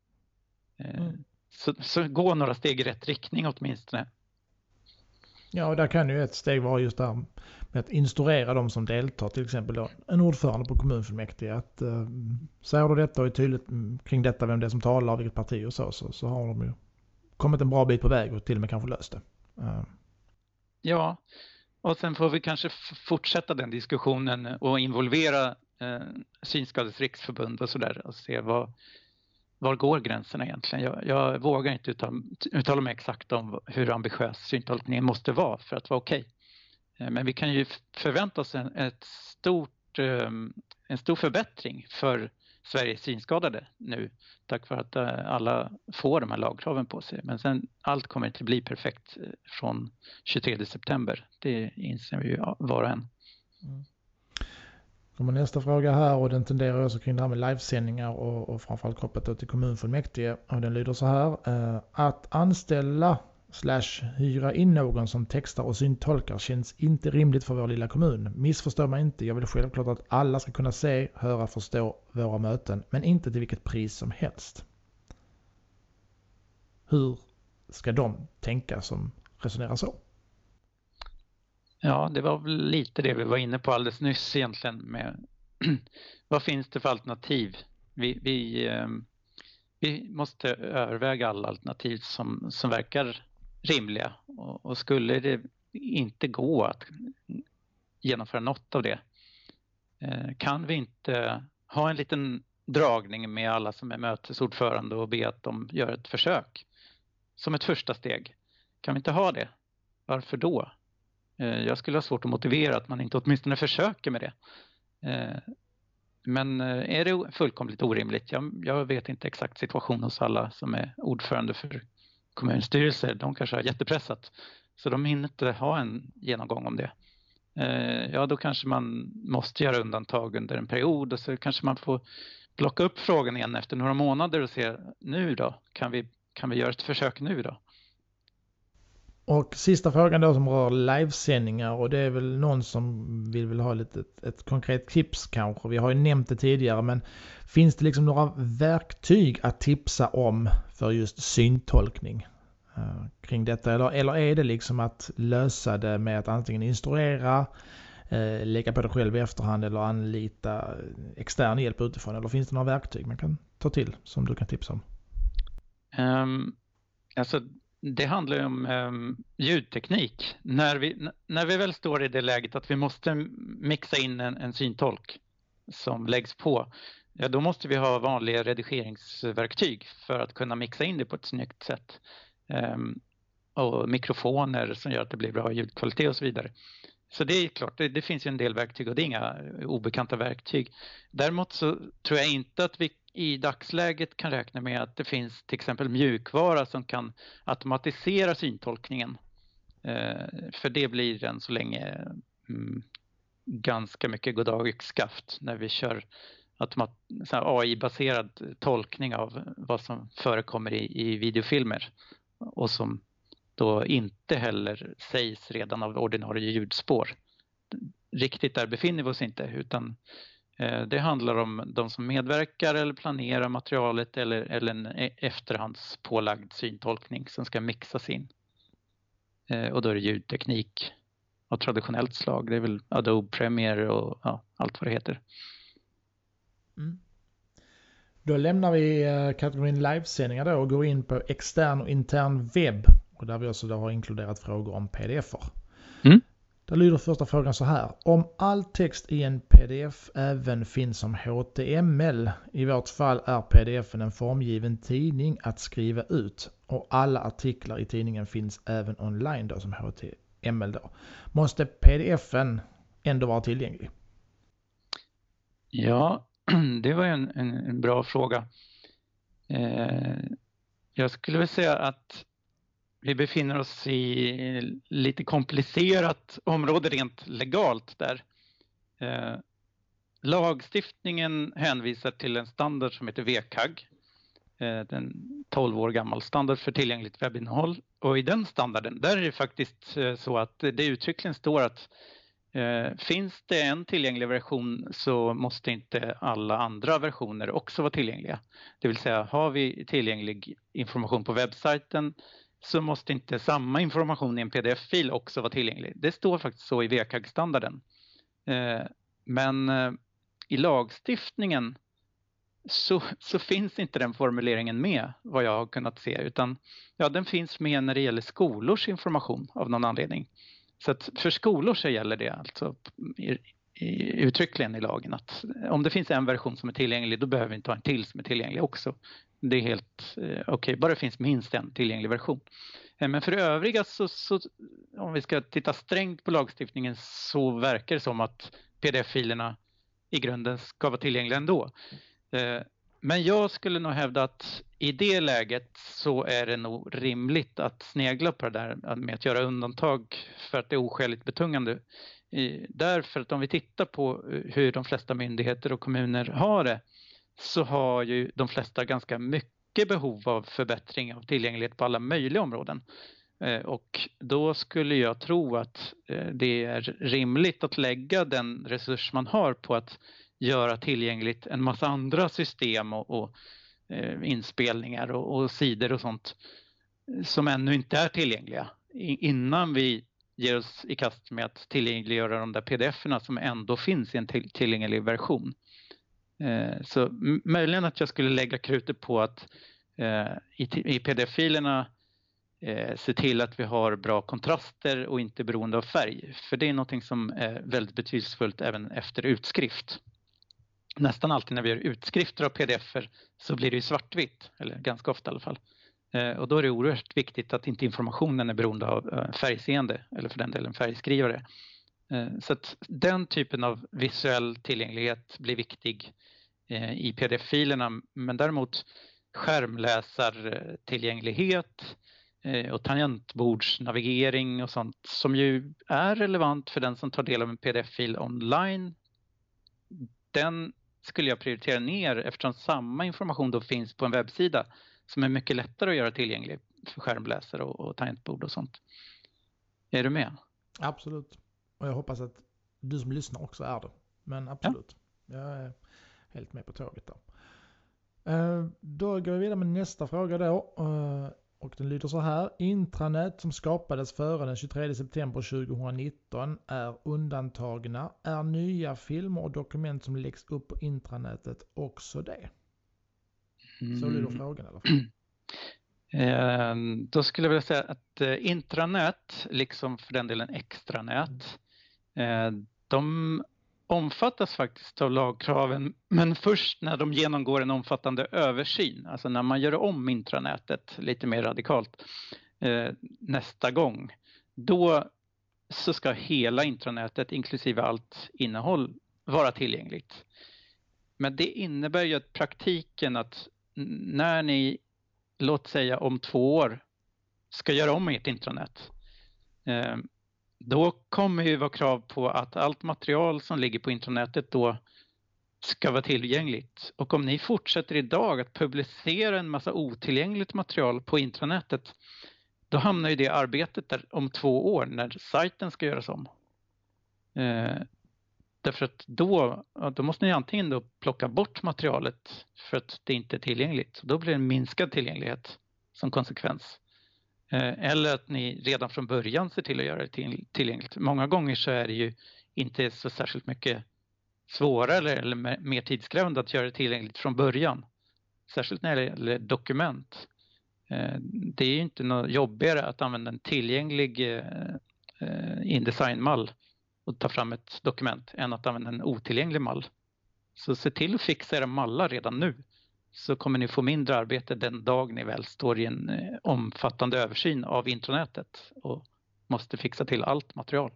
Mm. Så, så gå några steg i rätt riktning åtminstone. Ja, och där kan ju ett steg vara just där med att instruera de som deltar, till exempel då, en ordförande på kommunfullmäktige, att uh, säger du detta och är tydligt kring detta, vem det är som talar, vilket parti och så, så, så har de ju kommit en bra bit på väg och till och med kanske löst det. Uh. Ja, och sen får vi kanske f- fortsätta den diskussionen och involvera eh, Synskadades riksförbund och sådär och se vad, var går gränserna egentligen. Jag, jag vågar inte uttala, uttala mig exakt om hur ambitiös syntolkningen måste vara för att vara okej. Eh, men vi kan ju förvänta oss en, ett stort, eh, en stor förbättring för Sveriges synskadade nu, tack vare att alla får de här lagkraven på sig. Men sen allt kommer inte bli perfekt från tjugotredje september. Det inser vi ju var och en. Mm. Kommer nästa fråga här, och den tenderar också kring det här med livesändningar och, och framförallt kopplat till kommunfullmäktige. Och den lyder så här: eh, att anställa slash hyra in någon som textar och syntolkar känns inte rimligt för vår lilla kommun. Missförstår man inte, jag vill självklart att alla ska kunna se, höra, förstå våra möten, men inte till vilket pris som helst. Hur ska de tänka som resonerar så? Ja, det var väl lite det vi var inne på alldeles nyss egentligen med vad finns det för alternativ? Vi, vi, vi måste överväga alla alternativ som, som verkar rimliga, och, och skulle det inte gå att genomföra något av det, eh, kan vi inte ha en liten dragning med alla som är mötesordförande och be att de gör ett försök som ett första steg? Kan vi inte ha det? Varför då? Eh, jag skulle ha svårt att motivera att man inte åtminstone försöker med det. Eh, men är det fullkomligt orimligt? Jag, jag vet inte exakt situationen hos alla som är ordförande för kommunstyrelser. De kanske har jättepressat, så de hinner inte ha en genomgång om det. Eh, ja, då kanske man måste göra undantag under en period, och så kanske man får plocka upp frågan igen efter några månader och se, nu då, kan vi, kan vi göra ett försök nu då? Och sista frågan då som rör livesändningar, och det är väl någon som vill väl ha lite ett, ett konkret tips kanske. Vi har ju nämnt det tidigare, men finns det liksom några verktyg att tipsa om för just syntolkning uh, kring detta? Eller, eller är det liksom att lösa det med att antingen instruera, uh, lägga på det själv i efterhand eller anlita extern hjälp utifrån? Eller finns det några verktyg man kan ta till som du kan tipsa om? Um, alltså det handlar ju om um, ljudteknik. När vi, n- när vi väl står i det läget att vi måste mixa in en, en syntolk som läggs på, ja, då måste vi ha vanliga redigeringsverktyg för att kunna mixa in det på ett snyggt sätt. Um, och mikrofoner som gör att det blir bra ljudkvalitet och så vidare. Så det är klart, det, det finns ju en del verktyg och det är inga obekanta verktyg. Däremot så tror jag inte att vi i dagsläget kan räkna med att det finns till exempel mjukvara som kan automatisera syntolkningen. Eh, för det blir än så länge mm, ganska mycket goddag yxskaft när vi kör automat- så här A I-baserad tolkning av vad som förekommer i, i videofilmer. Och som då inte heller sägs redan av ordinarie ljudspår. Riktigt där befinner vi oss inte, utan eh, det handlar om de som medverkar eller planerar materialet eller, eller en efterhandspålagd syntolkning som ska mixas in. Eh, och då är det ljudteknik av traditionellt slag. Det är väl Adobe Premiere och ja, allt vad det heter. Mm. Då lämnar vi eh, kategorin livesändningar då och går in på extern och intern webb. Och där vi också då har inkluderat frågor om pdf-er. Mm. Där lyder första frågan så här. Om all text i en pdf även finns som H T M L, i vårt fall är pdf-en en formgiven tidning att skriva ut och alla artiklar i tidningen finns även online då som H T M L då. Måste pdf-en ändå vara tillgänglig? Ja, det var ju en, en, en bra fråga. Eh, jag skulle väl säga att vi befinner oss i lite komplicerat område rent legalt där. Eh, lagstiftningen hänvisar till en standard som heter V K A G. Eh, den tolv år gammal standard för tillgängligt webbinnehåll. Och i den standarden, där är det faktiskt eh, så att det uttryckligen står att eh, finns det en tillgänglig version så måste inte alla andra versioner också vara tillgängliga. Det vill säga, har vi tillgänglig information på webbsajten så måste inte samma information i en pdf-fil också vara tillgänglig. Det står faktiskt så i V K A G-standarden. Eh, men eh, i lagstiftningen så, så finns inte den formuleringen med, vad jag har kunnat se. Utan ja, den finns med när det gäller skolors information av någon anledning. Så att för skolor så gäller det alltså i, i, uttryckligen i lagen att om det finns en version som är tillgänglig, då behöver vi inte ha en till som är tillgänglig också. Det är helt eh, okej, okay. Bara det finns minst en tillgänglig version. Eh, men för övriga så, så, om vi ska titta strängt på lagstiftningen så verkar det som att pdf-filerna i grunden ska vara tillgängliga ändå. Eh, men jag skulle nog hävda att i det läget så är det nog rimligt att snegla på det där med att göra undantag för att det är oskäligt betungande. Eh, därför att om vi tittar på hur de flesta myndigheter och kommuner har det, så har ju de flesta ganska mycket behov av förbättring av tillgänglighet på alla möjliga områden. Eh, och då skulle jag tro att eh, det är rimligt att lägga den resurs man har på att göra tillgängligt en massa andra system och, och eh, inspelningar och, och sidor och sånt som ännu inte är tillgängliga. I, innan vi ger oss i kast med att tillgängliggöra de där pdf-erna som ändå finns i en till, tillgänglig version. Eh, så m- möjligen att jag skulle lägga krutet på att eh, i, i pdf-filerna eh, se till att vi har bra kontraster och inte beroende av färg. För det är något som är väldigt betydelsefullt även efter utskrift. Nästan alltid när vi gör utskrifter av pdf-er så blir det ju svartvitt, eller ganska ofta i alla fall. Eh, och då är det oerhört viktigt att inte informationen är beroende av eh, färgseende, eller för den delen färgskrivare. Eh, så att den typen av visuell tillgänglighet blir viktig eh, i pdf-filerna. Men däremot skärmläsartillgänglighet eh, och tangentbordsnavigering och sånt som ju är relevant för den som tar del av en pdf-fil online. Den skulle jag prioritera ner eftersom samma information då finns på en webbsida som är mycket lättare att göra tillgänglig för skärmläsare och, och tangentbord och sånt. Är du med? Absolut. Och jag hoppas att du som lyssnar också är det. Men absolut. Ja. Jag är helt med på tåget där. Uh, då går vi vidare med nästa fråga då. Uh, och den lyder så här. Intranät som skapades före den tjugotredje september tjugonitton är undantagna. Är nya filmer och dokument som läggs upp på intranätet också det? Mm. Så lyder frågan i alla fall. Eh, då skulle jag vilja säga att eh, intranät, liksom för den delen extranät, eh, de omfattas faktiskt av lagkraven, men först när de genomgår en omfattande översyn, alltså när man gör om intranätet lite mer radikalt eh, nästa gång, då så ska hela intranätet inklusive allt innehåll vara tillgängligt. Men det innebär ju att praktiken att när ni, låt säga om två år, ska göra om ert intranät, eh, då kommer ju vara krav på att allt material som ligger på intranätet då ska vara tillgängligt. Och om ni fortsätter idag att publicera en massa otillgängligt material på intranätet, då hamnar ju det arbetet där om två år när sajten ska göras om. Eh, därför att då, då måste ni antingen då plocka bort materialet för att det inte är tillgängligt. Då blir det en minskad tillgänglighet som konsekvens. Eller att ni redan från början ser till att göra det tillgängligt. Många gånger så är det ju inte så särskilt mycket svårare eller, eller mer tidskrävande att göra det tillgängligt från början. Särskilt när det gäller dokument. Det är ju inte något jobbigare att använda en tillgänglig InDesign-mall och ta fram ett dokument än att använda en otillgänglig mall. Så se till att fixa era mallar redan nu. Så kommer ni få mindre arbete den dag ni väl står i en eh, omfattande översyn av intranätet och måste fixa till allt material.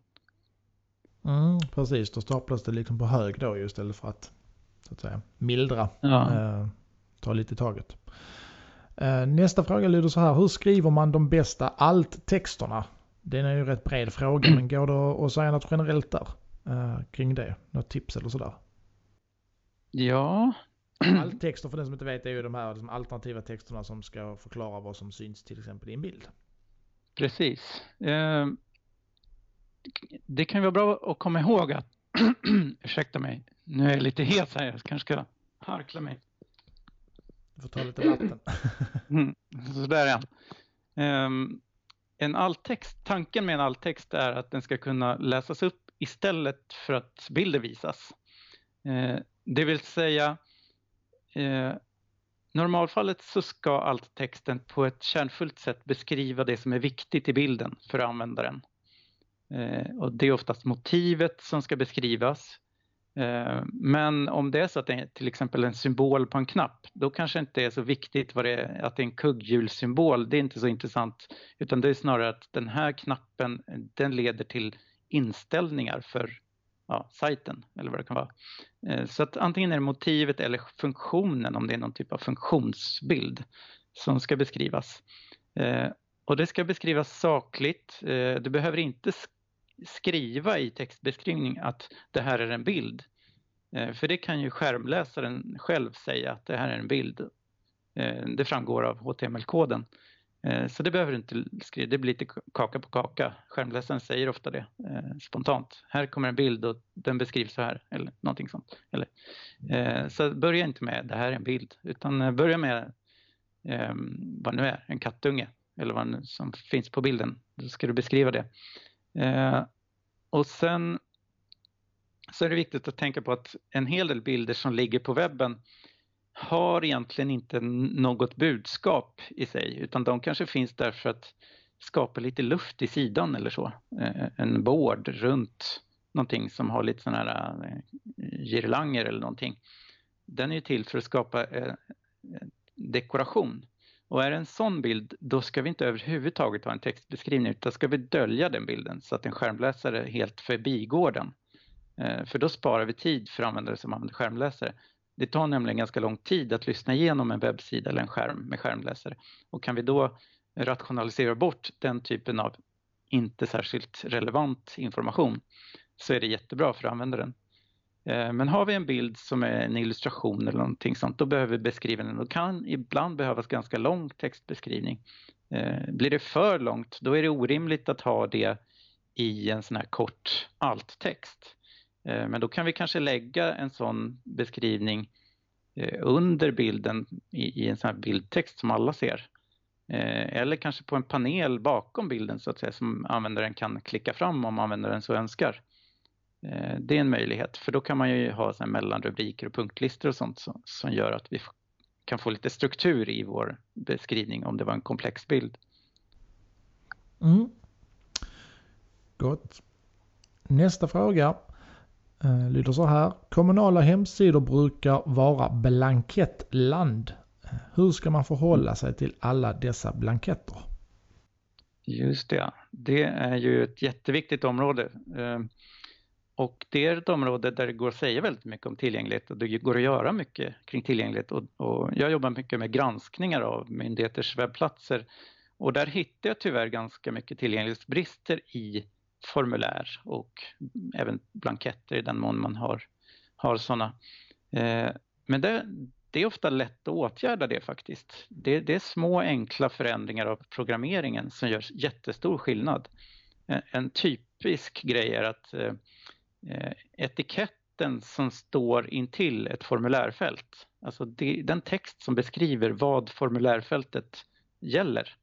Mm, precis, då staplas det liksom på hög då istället för att, så att säga, mildra. Ja. Eh, ta lite i taget. Eh, nästa fråga lyder så här. Hur skriver man de bästa alt-texterna? Den är ju rätt bred fråga, men går det att säga något generellt där eh, kring det? Något tips eller sådär? Ja. Alttexter, för den som inte vet, är ju de här liksom alternativa texterna som ska förklara vad som syns till exempel i en bild. Precis. Eh, det kan ju vara bra att komma ihåg att ursäkta mig, nu är jag lite het här, jag kanske ska harkla mig. Du får ta lite vatten. mm, så där är han. Eh, en alttext, tanken med en alttext är att den ska kunna läsas upp istället för att bilder visas. Eh, det vill säga Eh, normalfallet så ska alttexten på ett kärnfullt sätt beskriva det som är viktigt i bilden för användaren. Eh, och det är oftast motivet som ska beskrivas. Eh, men om det är så att det är till exempel en symbol på en knapp, då kanske inte är så viktigt vad det är, att det är en kugghjulssymbol. Det är inte så intressant, utan det är snarare att den här knappen, den leder till inställningar för ja, sajten eller vad det kan vara. Eh, så att antingen är det motivet eller funktionen, om det är någon typ av funktionsbild som ska beskrivas. Eh, och det ska beskrivas sakligt. Eh, du behöver inte sk- skriva i textbeskrivning att det här är en bild. Eh, för det kan ju skärmläsaren själv säga att det här är en bild. Eh, det framgår av H T M L-koden. Så det behöver du inte skriva, det blir lite kaka på kaka. Skärmläsaren säger ofta det eh, spontant. Här kommer en bild och den beskrivs så här, eller någonting sånt. Eller, eh, så börja inte med det här är en bild, utan börja med eh, vad nu är, en kattunge. Eller vad nu som finns på bilden. Då ska du beskriva det. Eh, och sen så är det viktigt att tänka på att en hel del bilder som ligger på webben har egentligen inte något budskap i sig, utan de kanske finns där för att skapa lite luft i sidan eller så. En board runt någonting som har lite sådana här girlanger eller någonting. Den är ju till för att skapa dekoration. Och är det en sån bild, då ska vi inte överhuvudtaget ha en textbeskrivning, utan ska vi dölja den bilden så att en skärmläsare helt förbigår den. För då sparar vi tid för användare som använder skärmläsare. Det tar nämligen ganska lång tid att lyssna igenom en webbsida eller en skärm med skärmläsare. Och kan vi då rationalisera bort den typen av inte särskilt relevant information, så är det jättebra för användaren. Men har vi en bild som är en illustration eller någonting sånt, då behöver vi beskriva den. Då kan ibland behövas ganska lång textbeskrivning. Blir det för långt, då är det orimligt att ha det i en sån här kort alttext. Men då kan vi kanske lägga en sån beskrivning under bilden i en sån här bildtext som alla ser. Eller kanske på en panel bakom bilden så att säga, som användaren kan klicka fram om användaren så önskar. Det är en möjlighet, för då kan man ju ha såna mellanrubriker och punktlistor och sånt som, som gör att vi kan få lite struktur i vår beskrivning om det var en komplex bild. Mm. Gott. Nästa fråga eh, lyder så här. Kommunala hemsidor brukar vara blankettland. Hur ska man förhålla sig till alla dessa blanketter? Just det, det är ju ett jätteviktigt område. Eh, och det är ett område där det går att säga väldigt mycket om tillgänglighet och det går att göra mycket kring tillgänglighet. Och, och jag jobbar mycket med granskningar av myndigheters webbplatser. Och där hittar jag tyvärr ganska mycket tillgänglighetsbrister i formulär och även blanketter i den mån man har, har sådana. Eh, men det, det är ofta lätt att åtgärda det faktiskt. Det, det är små enkla förändringar av programmeringen som gör jättestor skillnad. En, en typisk grej är att eh, etiketten som står intill ett formulärfält, alltså det, den text som beskriver vad formulärfältet gäller,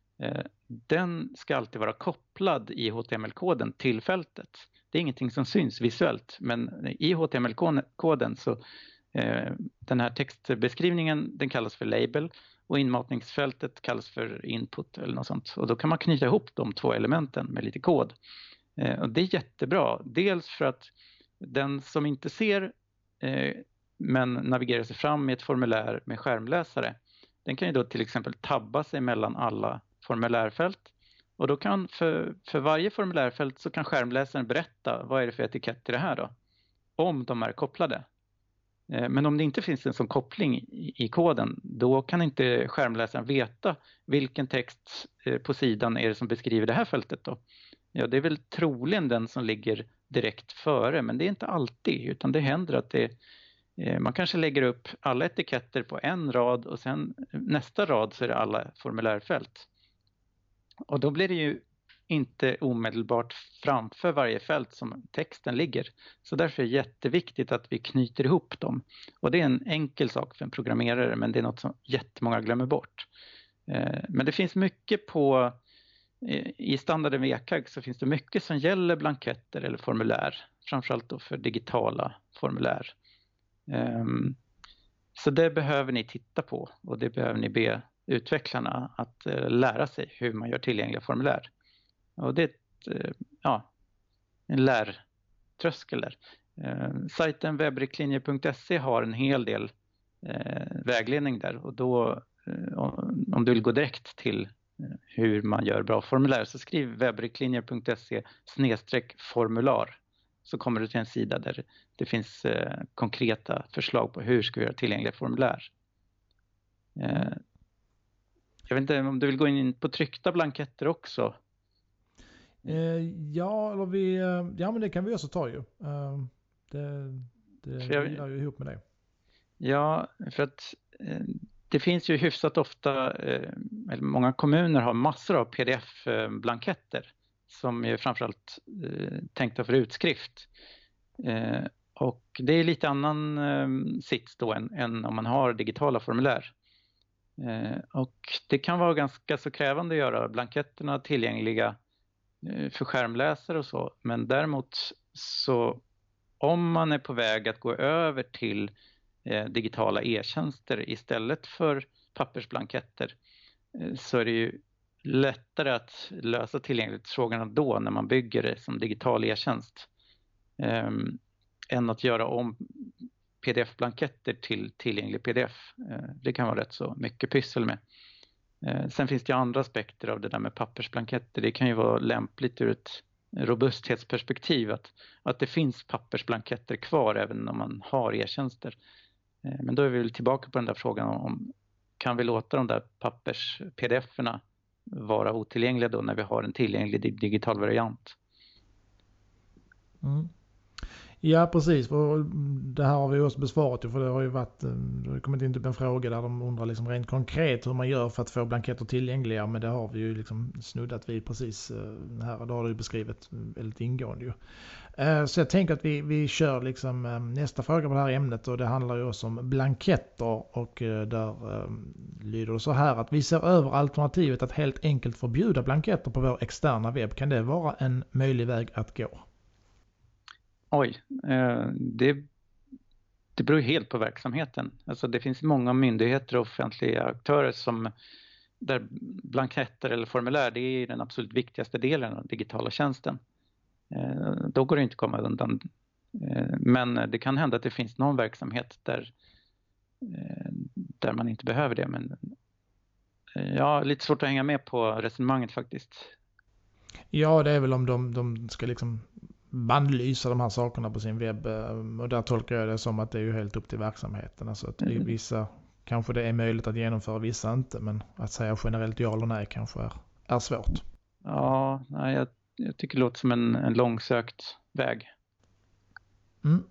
den ska alltid vara kopplad i H T M L-koden till fältet. Det är ingenting som syns visuellt, men i H T M L-koden så eh, den här textbeskrivningen, den kallas för label och inmatningsfältet kallas för input eller något sånt. Och då kan man knyta ihop de två elementen med lite kod. Eh, och det är jättebra. Dels för att den som inte ser eh, men navigerar sig fram med ett formulär med skärmläsare, den kan ju då till exempel tabba sig mellan alla formulärfält. Och då kan för, för varje formulärfält så kan skärmläsaren berätta vad är det för etikett i det här då. Om de är kopplade. Eh, men om det inte finns en sån koppling i, i koden, då kan inte skärmläsaren veta vilken text eh, på sidan är det som beskriver det här fältet då. Ja, det är väl troligen den som ligger direkt före, men det är inte alltid, utan det händer att det man kanske lägger upp alla etiketter på en rad och sen nästa rad så är det alla formulärfält. Och då blir det ju inte omedelbart framför varje fält som texten ligger. Så därför är det jätteviktigt att vi knyter ihop dem. Och det är en enkel sak för en programmerare, men det är något som jättemånga glömmer bort. Men det finns mycket på, i standarden V K A G så finns det mycket som gäller blanketter eller formulär. Framförallt då för digitala formulär. Um, så det behöver ni titta på och det behöver ni be utvecklarna att uh, lära sig hur man gör tillgängliga formulär. Och det är ett, uh, ja, en lärtröskel där. Uh, sajten webbriktlinjer punkt se har en hel del uh, vägledning där och då uh, om du vill gå direkt till uh, hur man gör bra formulär så skriv webbriktlinjer punkt se snedstreck formulär. Så kommer du till en sida där det finns eh, konkreta förslag på hur ska vi göra tillgängliga formulär. Eh, jag vet inte om du vill gå in på tryckta blanketter också. Eh, ja, eller vi, ja, men det kan vi också ta ju. Uh, det det jag, vilar ju ihop med det. Ja, för att eh, det finns ju hyfsat ofta, eh, eller många kommuner har massor av P D F-blanketter. Som är framförallt eh, tänkta för utskrift. Eh, och det är lite annan eh, sits då än, än om man har digitala formulär. Eh, och det kan vara ganska så krävande att göra blanketterna tillgängliga eh, för skärmläsare och så. Men däremot så om man är på väg att gå över till eh, digitala e-tjänster istället för pappersblanketter eh, så är det ju lättare att lösa tillgänglighetsfrågorna då när man bygger det som digital e-tjänst um, än att göra om P D F-blanketter till tillgänglig P D F. Uh, det kan vara rätt så mycket pyssel med. Uh, sen finns det ju andra aspekter av det där med pappersblanketter. Det kan ju vara lämpligt ur ett robusthetsperspektiv att, att det finns pappersblanketter kvar även om man har e-tjänster. Uh, men då är vi väl tillbaka på den där frågan om, om kan vi låta de där pappers-P D F-erna vara otillgängliga då när vi har en tillgänglig digital variant. Mm. Ja, precis. För det här har vi också besvarat. För det har ju varit, det har kommit in typ en fråga där de undrar liksom rent konkret hur man gör för att få blanketter tillgängliga. Men det har vi ju liksom snuddat vid precis här. Då har du beskrivit väldigt ingående ju. Så jag tänker att vi, vi kör liksom nästa fråga på det här ämnet. Och det handlar ju också om blanketter. Och där um, lyder det så här att vi ser över alternativet att helt enkelt förbjuda blanketter på vår externa webb. Kan det vara en möjlig väg att gå? Oj, eh, det, det beror helt på verksamheten. Alltså det finns många myndigheter och offentliga aktörer som där blanketter eller formulär, det är den absolut viktigaste delen av den digitala tjänsten. Eh, då går det inte att komma undan. Eh, men det kan hända att det finns någon verksamhet där, eh, där man inte behöver det. Men eh, ja, lite svårt att hänga med på resonemanget faktiskt. Ja, det är väl om de, de ska liksom bandlysa de här sakerna på sin webb. Och där tolkar jag det som att det är ju helt upp till verksamheten. Alltså att mm. vissa, kanske det är möjligt att genomföra, vissa inte. Men att säga generellt ja eller nej kanske är, är svårt. Ja, nej, jag, jag tycker det låter som en, en långsökt väg. Mm.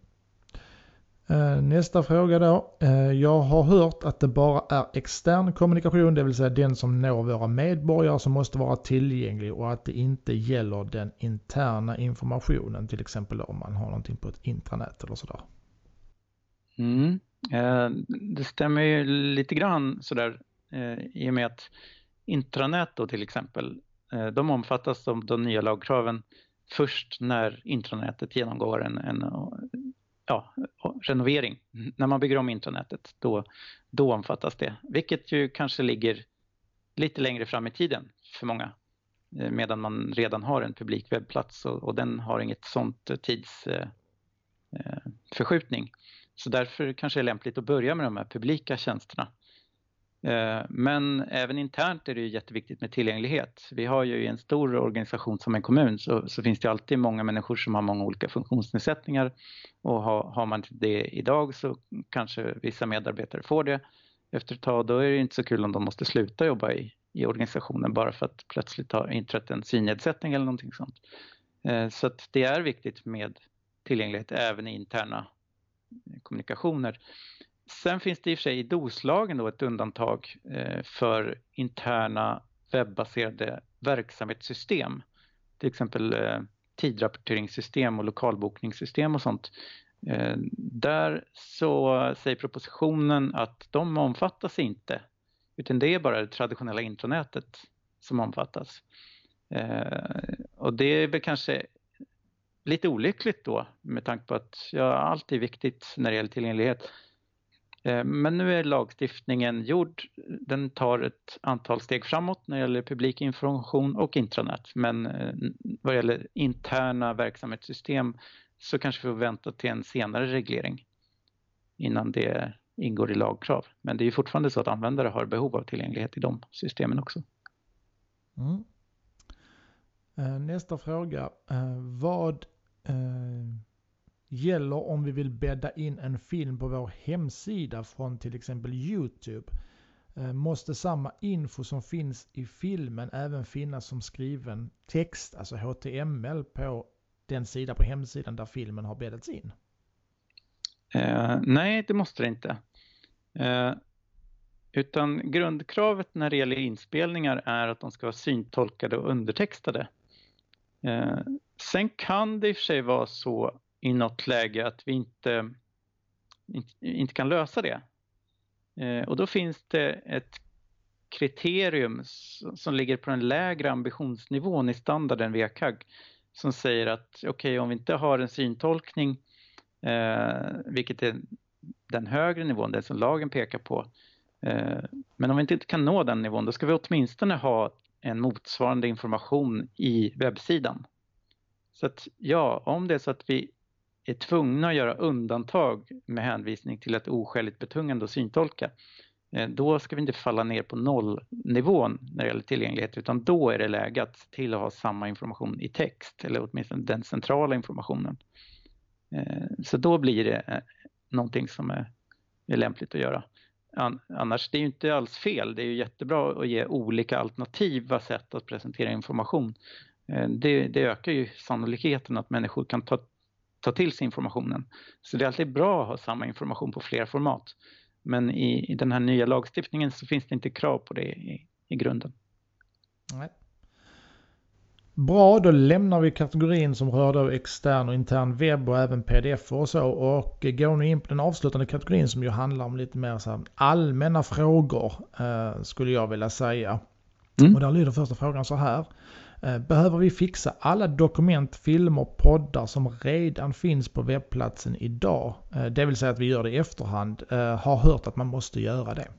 Nästa fråga då. Jag har hört att det bara är extern kommunikation, det vill säga den som når våra medborgare, som måste vara tillgänglig och att det inte gäller den interna informationen, till exempel om man har någonting på ett intranät eller sådär. Mm. Det stämmer ju lite grann sådär i och med att intranät då till exempel, de omfattas av de nya lagkraven först när intranätet genomgår en, en ja, renovering. När man bygger om intranätet, då, då omfattas det. Vilket ju kanske ligger lite längre fram i tiden för många. Medan man redan har en publik webbplats och, och den har inget sånt tidsförskjutning. Eh, Så därför kanske det är lämpligt att börja med de här publika tjänsterna. Eh, men även internt är det ju jätteviktigt med tillgänglighet. Vi har ju i en stor organisation som en kommun så, så finns det alltid många människor som har många olika funktionsnedsättningar. Och har, har man det idag så kanske vissa medarbetare får det. Efter ett tag då är det inte så kul om de måste sluta jobba i, i organisationen bara för att plötsligt ha inträtt en synnedsättning eller någonting sånt. Eh, så att det är viktigt med tillgänglighet även i interna kommunikationer. Sen finns det i och för sig i D O S-lagen då ett undantag eh, för interna webbaserade verksamhetssystem. Till exempel eh, tidrapporteringssystem och lokalbokningssystem och sånt. Eh, där så säger propositionen att de omfattas inte. Utan det är bara det traditionella intranätet som omfattas. Eh, och det är väl kanske lite olyckligt då med tanke på att ja, allt är viktigt när det gäller tillgänglighet. Men nu är lagstiftningen gjord. Den tar ett antal steg framåt när det gäller publik information och intranät. Men vad gäller interna verksamhetssystem så kanske vi får vänta till en senare reglering innan det ingår i lagkrav. Men det är ju fortfarande så att användare har behov av tillgänglighet i de systemen också. Mm. Nästa fråga. Vad gäller om vi vill bädda in en film på vår hemsida från till exempel YouTube? Måste samma info som finns i filmen även finnas som skriven text, alltså H T M L, på den sida på hemsidan där filmen har bäddats in? Eh, nej, det måste det inte. Eh, utan grundkravet när det gäller inspelningar är att de ska vara syntolkade och undertextade. Eh, sen kan det i och för sig vara så i något läge att vi inte, inte, inte kan lösa det. Eh, och då finns det ett kriterium som, som ligger på den lägre ambitionsnivån i standarden via C A G som säger att okej, okay, om vi inte har en syntolkning, eh, vilket är den högre nivån, den som lagen pekar på, eh, men om vi inte kan nå den nivån, då ska vi åtminstone ha en motsvarande information i webbsidan. Så att ja, om det är så att vi är tvungna att göra undantag med hänvisning till ett oskäligt betungande och syntolka, då ska vi inte falla ner på nollnivån när det gäller tillgänglighet, utan då är det läge att till att ha samma information i text, eller åtminstone den centrala informationen. Så då blir det någonting som är, är lämpligt att göra. Annars det är ju inte alls fel, det är ju jättebra att ge olika alternativa sätt att presentera information. Det, det ökar ju sannolikheten att människor kan ta ta till sig informationen. Så det är alltid bra att ha samma information på flera format. Men i, i den här nya lagstiftningen så finns det inte krav på det i, i grunden. Nej. Bra, då lämnar vi kategorin som rör då extern och intern webb och även pdf och så, och går nu in på den avslutande kategorin som ju handlar om lite mer så här allmänna frågor, eh, skulle jag vilja säga. Mm. Och där lyder första frågan så här. Eh, behöver vi fixa alla dokument, filmer, poddar som redan finns på webbplatsen idag? Eh, det vill säga att vi gör det i efterhand. Eh, har hört att man måste göra det.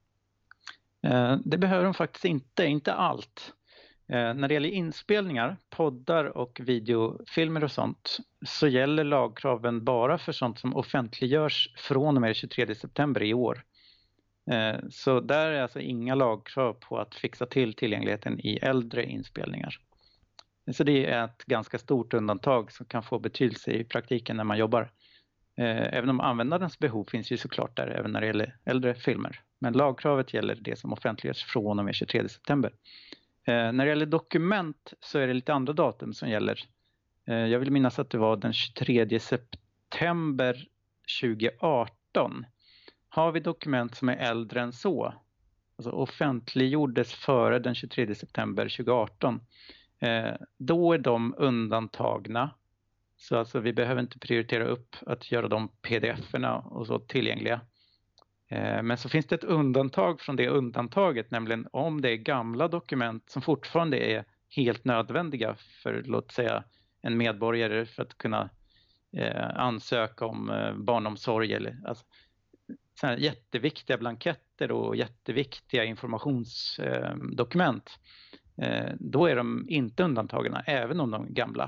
Eh, det behöver de faktiskt inte, inte allt. Eh, när det gäller inspelningar, poddar och videofilmer och sånt så gäller lagkraven bara för sånt som offentliggörs från och med tjugotredje september i år. Eh, så där är alltså inga lagkrav på att fixa till tillgängligheten i äldre inspelningar. Så det är ett ganska stort undantag som kan få betydelse i praktiken när man jobbar. Eh, även om användarens behov finns ju såklart där även när det gäller äldre filmer. Men lagkravet gäller det som offentliggörs från och med tjugotredje september. Eh, när det gäller dokument så är det lite andra datum som gäller. Eh, jag vill minnas att det var den tjugotredje september tjugoarton. Har vi dokument som är äldre än så, alltså offentliggjordes före den tjugotredje september tjugoarton, eh, då är de undantagna. Så alltså vi behöver inte prioritera upp att göra de pdf-erna och så tillgängliga. Men så finns det ett undantag från det undantaget, nämligen om det är gamla dokument som fortfarande är helt nödvändiga för, låt säga, en medborgare för att kunna eh, ansöka om eh, barnomsorg eller alltså, så här jätteviktiga blanketter och jätteviktiga informationsdokument. Eh, då är de inte undantagna även om de är gamla.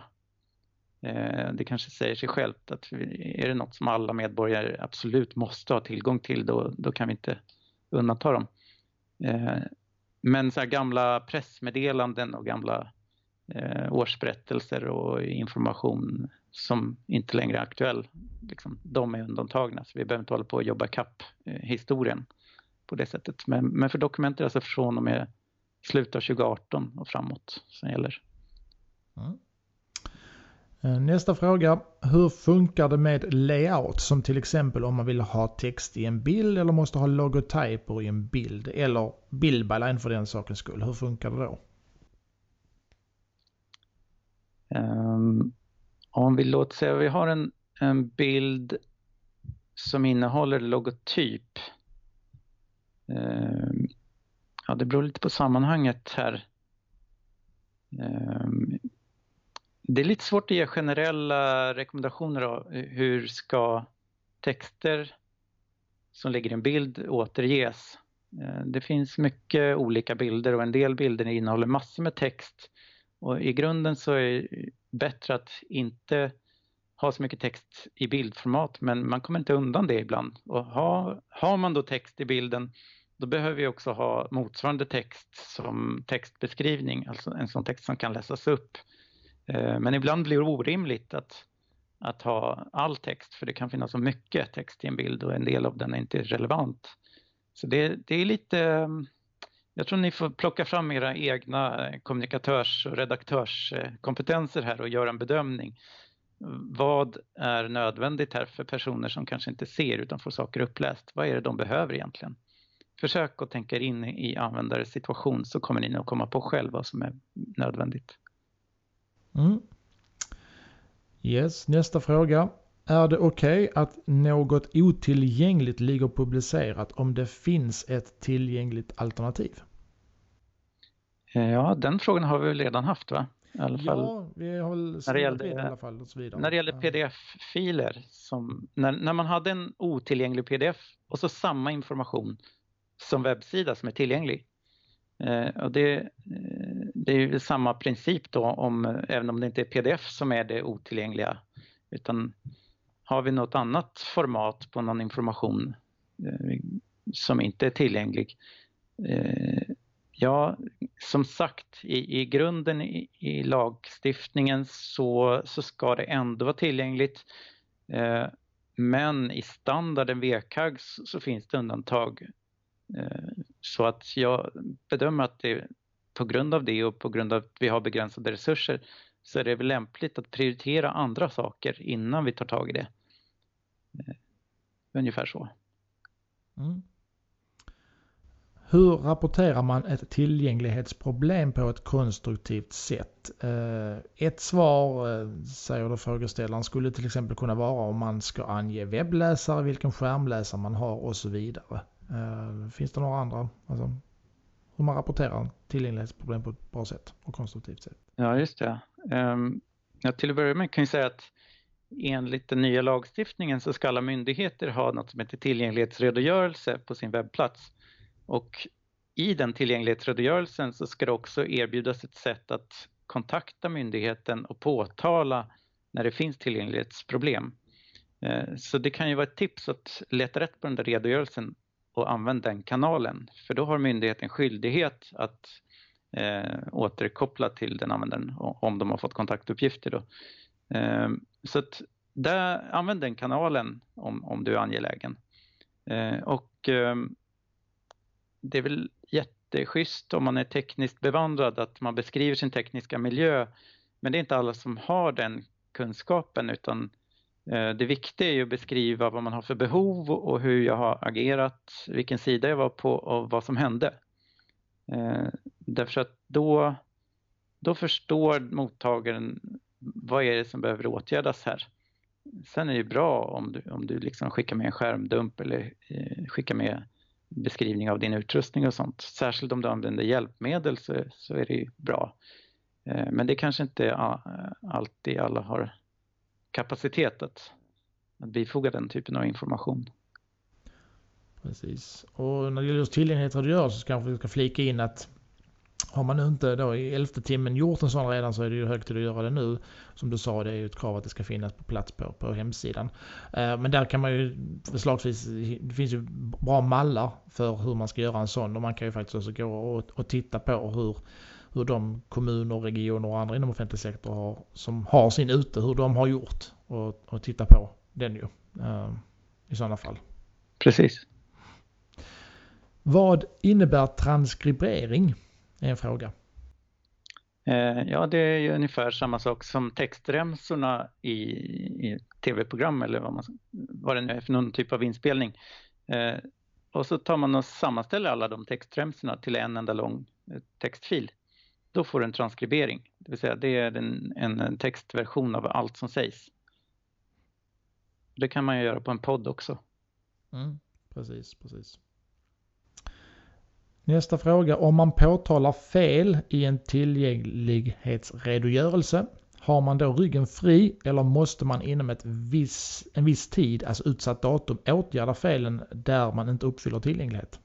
Det kanske säger sig självt att är det något som alla medborgare absolut måste ha tillgång till, då, då kan vi inte undanta dem. Men så här gamla pressmeddelanden och gamla årsberättelser och information som inte längre är aktuell, liksom, de är undantagna. Så vi behöver inte hålla på och jobba kapp historien på det sättet. Men, men för dokument är det alltså från och med slutet av tjugoarton och framåt som gäller. Mm. Nästa fråga. Hur funkar det med layout, som till exempel om man vill ha text i en bild eller måste ha logotyper i en bild eller bildbyline för den sakens skull? Hur funkar det då? Um, om vi låter säga vi har en, en bild som innehåller logotyp. Um, ja, det beror lite på sammanhanget här. Um, Det är lite svårt att ge generella rekommendationer av hur ska texter som ligger i en bild återges. Det finns mycket olika bilder och en del bilder innehåller massor med text. Och i grunden så är det bättre att inte ha så mycket text i bildformat, men man kommer inte undan det ibland. Och ha, har man då text i bilden, då behöver vi också ha motsvarande text som textbeskrivning, alltså en sån text som kan läsas upp. Men ibland blir det orimligt att, att ha all text, för det kan finnas så mycket text i en bild och en del av den är inte relevant. Så det, det är lite, jag tror ni får plocka fram era egna kommunikatörs- och redaktörskompetenser här och göra en bedömning. Vad är nödvändigt här för personer som kanske inte ser utan får saker uppläst? Vad är det de behöver egentligen? Försök att tänka in i användares situation, så kommer ni nog komma på själv vad som är nödvändigt. Mm. Yes, nästa fråga. Är det okej okay att något otillgängligt ligger publicerat om det finns ett tillgängligt alternativ? Ja, den frågan har vi väl redan haft, va? I alla fall. Ja, vi har väl när det gällde, i alla fall och så vidare. När det gäller pdf-filer, som, när, när man hade en otillgänglig pdf och så samma information som webbsida som är tillgänglig. Eh, och det, eh, det är ju samma princip då, om, även om det inte är pdf som är det otillgängliga, utan har vi något annat format på någon information eh, som inte är tillgänglig. Eh, ja, som sagt, i, i grunden i, i lagstiftningen så, så ska det ändå vara tillgängligt. Eh, men i standarden V K A G så, så finns det undantag. Så att jag bedömer att det, på grund av det och på grund av att vi har begränsade resurser, så är det väl lämpligt att prioritera andra saker innan vi tar tag i det. Ungefär så. Mm. Hur rapporterar man ett tillgänglighetsproblem på ett konstruktivt sätt? Ett svar, säger då frågeställaren, skulle till exempel kunna vara om man ska ange webbläsare, vilken skärmläsare man har och så vidare. Finns det några andra? Alltså, hur man rapporterar tillgänglighetsproblem på ett bra sätt och konstruktivt sätt? Ja, just det. Um, ja, till att börja med kan jag säga att enligt den nya lagstiftningen så ska alla myndigheter ha något som heter tillgänglighetsredogörelse på sin webbplats. Och i den tillgänglighetsredogörelsen så ska det också erbjudas ett sätt att kontakta myndigheten och påtala när det finns tillgänglighetsproblem. Så det kan ju vara ett tips att leta rätt på den där redogörelsen och använda den kanalen. För då har myndigheten skyldighet att eh, återkoppla till den användaren om de har fått kontaktuppgifter då. Eh, så att där, använd den kanalen om, om du är angelägen. Eh, och eh, det är väl jätteschysst om man är tekniskt bevandrad att man beskriver sin tekniska miljö. Men det är inte alla som har den kunskapen, utan eh, det viktiga är ju att beskriva vad man har för behov och hur jag har agerat, vilken sida jag var på och vad som hände. Eh, därför att då, då förstår mottagaren vad är det som behöver åtgärdas här. Sen är det bra om du, om du liksom skickar med en skärmdump eller eh, skickar med beskrivning av din utrustning och sånt. Särskilt om du använder hjälpmedel så, så är det ju bra. Eh, men det kanske inte uh, alltid alla har kapacitet att, att bifoga den typen av information. Precis. Och när det gäller just tillgänglighetsredogörelse så kanske vi ska flika in att har man inte då i elfte timmen gjort en sån redan så är det ju högt till att göra det nu. Som du sa, det är ju ett krav att det ska finnas på plats på, på hemsidan. Eh, men där kan man ju förslagsvis, det finns ju bra mallar för hur man ska göra en sån. Och man kan ju faktiskt också gå och, och titta på hur, hur de kommuner, regioner och andra inom offentlig sektor har, som har sin ute, hur de har gjort. Och, och titta på den ju eh, i sådana fall. Precis. Vad innebär transkribering? Är en fråga. Eh, ja, det är ju ungefär samma sak som textremsorna i, i tv-program eller vad, man, vad det nu är för någon typ av inspelning. Eh, och så tar man och sammanställer alla de textremsorna till en enda lång eh, textfil. Då får du en transkribering. Det vill säga det är en, en textversion av allt som sägs. Det kan man ju göra på en podd också. Mm, precis, precis. Nästa fråga. Om man påtalar fel i en tillgänglighetsredogörelse, har man då ryggen fri eller måste man inom ett viss, en viss tid, alltså utsatt datum, åtgärda felen där man inte uppfyller tillgänglighet?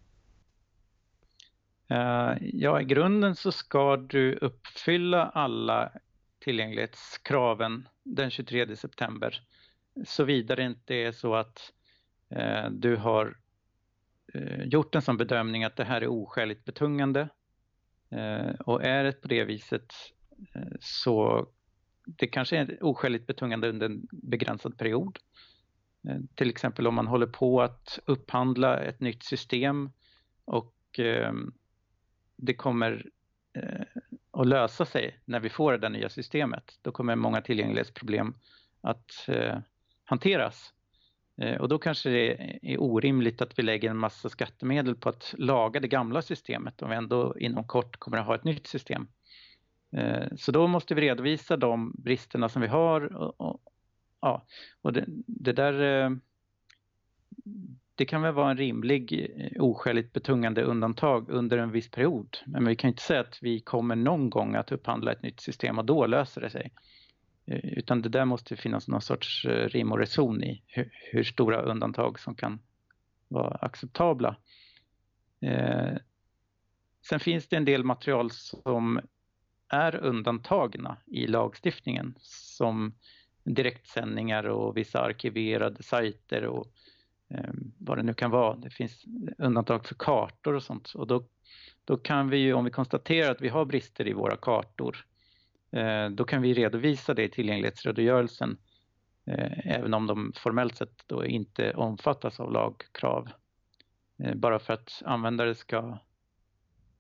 Uh, ja, i grunden så ska du uppfylla alla tillgänglighetskraven den tjugotredje september. Såvida det inte är så att uh, du har gjort en sån bedömning att det här är oskäligt betungande. Eh, och är det på det viset eh, så det kanske är oskäligt betungande under en begränsad period. Eh, till exempel om man håller på att upphandla ett nytt system och eh, det kommer eh, att lösa sig när vi får det där nya systemet. Då kommer många tillgänglighetsproblem att eh, hanteras. Och då kanske det är orimligt att vi lägger en massa skattemedel på att laga det gamla systemet om vi ändå inom kort kommer att ha ett nytt system. Så då måste vi redovisa de bristerna som vi har. Och, och, ja, och det, det där det kan väl vara en rimlig oskäligt betungande undantag under en viss period. Men vi kan inte säga att vi kommer någon gång att upphandla ett nytt system och då löser det sig. Utan det där måste finnas någon sorts rim och reson i hur, hur stora undantag som kan vara acceptabla. Eh, sen finns det en del material som är undantagna i lagstiftningen som direktsändningar och vissa arkiverade sajter och eh, vad det nu kan vara. Det finns undantag för kartor och sånt. Och då, då kan vi ju, om vi konstaterar att vi har brister i våra kartor, då kan vi redovisa det i tillgänglighetsredogörelsen även om de formellt sett då inte omfattas av lagkrav. Bara för att användare ska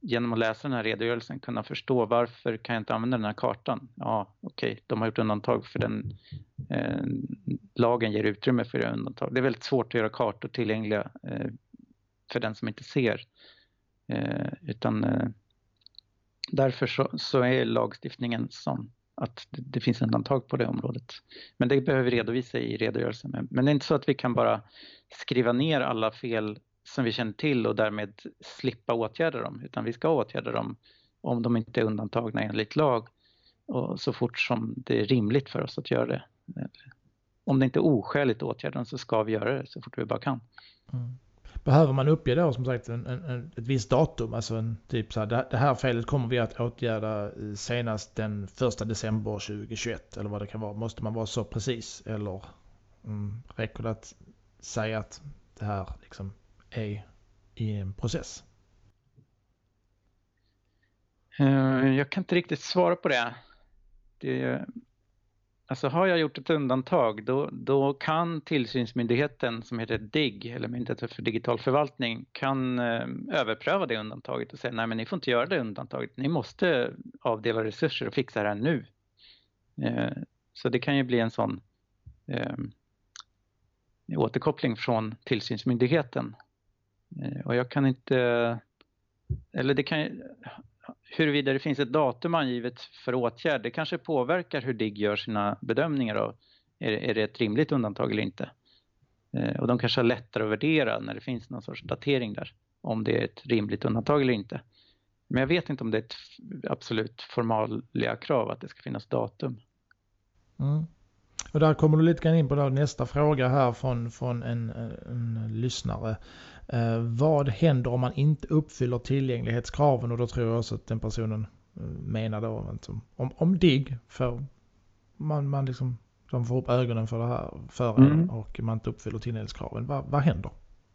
genom att läsa den här redogörelsen kunna förstå varför kan jag inte använda den här kartan? Ja, okej, okay, de har gjort undantag för den. Eh, lagen ger utrymme för det undantag. Det är väldigt svårt att göra kartor tillgängliga eh, för den som inte ser. Eh, utan eh, därför så, så är lagstiftningen sån att det, det finns undantag på det området. Men det behöver vi redovisa i redogörelsen. Men, men det är inte så att vi kan bara skriva ner alla fel som vi känner till och därmed slippa åtgärda dem. Utan vi ska åtgärda dem om de inte är undantagna enligt lag och så fort som det är rimligt för oss att göra det. Om det inte är oskäligt åtgärda så ska vi göra det så fort vi bara kan. Mm. Behöver man uppge då som sagt en, en, ett visst datum, alltså en typ så här, det här felet kommer vi att åtgärda senast den första december tjugohundratjugoett eller vad det kan vara. Måste man vara så precis eller mm, räcker det att säga att det här liksom är i en process? Jag kan inte riktigt svara på det. det Alltså har jag gjort ett undantag då, då kan tillsynsmyndigheten som heter D I G eller Myndigheten för digital förvaltning kan eh, överpröva det undantaget och säga nej men ni får inte göra det undantaget. Ni måste avdela resurser och fixa det här nu. Eh, så det kan ju bli en sån eh, återkoppling från tillsynsmyndigheten. Eh, och jag kan inte, eller det kan huruvida det finns ett datum angivet för åtgärd, det kanske påverkar hur D I G gör sina bedömningar av är, är det ett rimligt undantag eller inte. Eh, och de kanske har lättare att värdera när det finns någon sorts datering där, om det är ett rimligt undantag eller inte. Men jag vet inte om det är ett absolut formaliga krav att det ska finnas datum. Mm. Och där kommer du lite grann in på då nästa fråga här från, från en, en lyssnare. Eh, vad händer om man inte uppfyller tillgänglighetskraven? Och då tror jag också att den personen menar då alltså, om, om D I G för man, man liksom, de får upp ögonen för det här för mm. en och man inte uppfyller tillgänglighetskraven. Va, vad händer?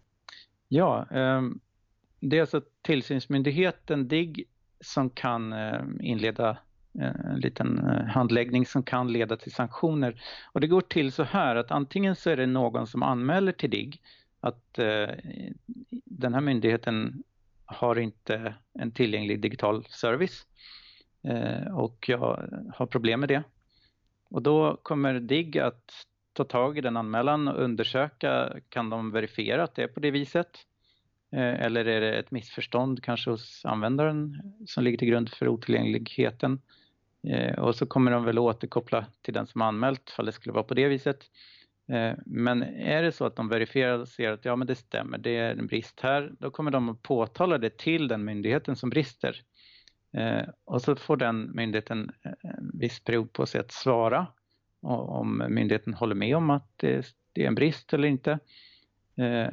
Ja, eh, det är alltså tillsynsmyndigheten D I G som kan eh, inleda en liten handläggning som kan leda till sanktioner. Och det går till så här att antingen så är det någon som anmäler till D I G att eh, den här myndigheten har inte en tillgänglig digital service eh, och jag har problem med det. Och då kommer D I G att ta tag i den anmälan och undersöka, kan de verifiera att det är på det viset? Eh, eller är det ett missförstånd kanske hos användaren som ligger till grund för otillgängligheten? Eh, och så kommer de väl återkoppla till den som anmält för det skulle vara på det viset. Eh, men är det så att de verifierar och ser att ja men det stämmer, det är en brist här, då kommer de att påtala det till den myndigheten som brister. Eh, och så får den myndigheten en viss period på sig att svara om myndigheten håller med om att det, det är en brist eller inte. Eh,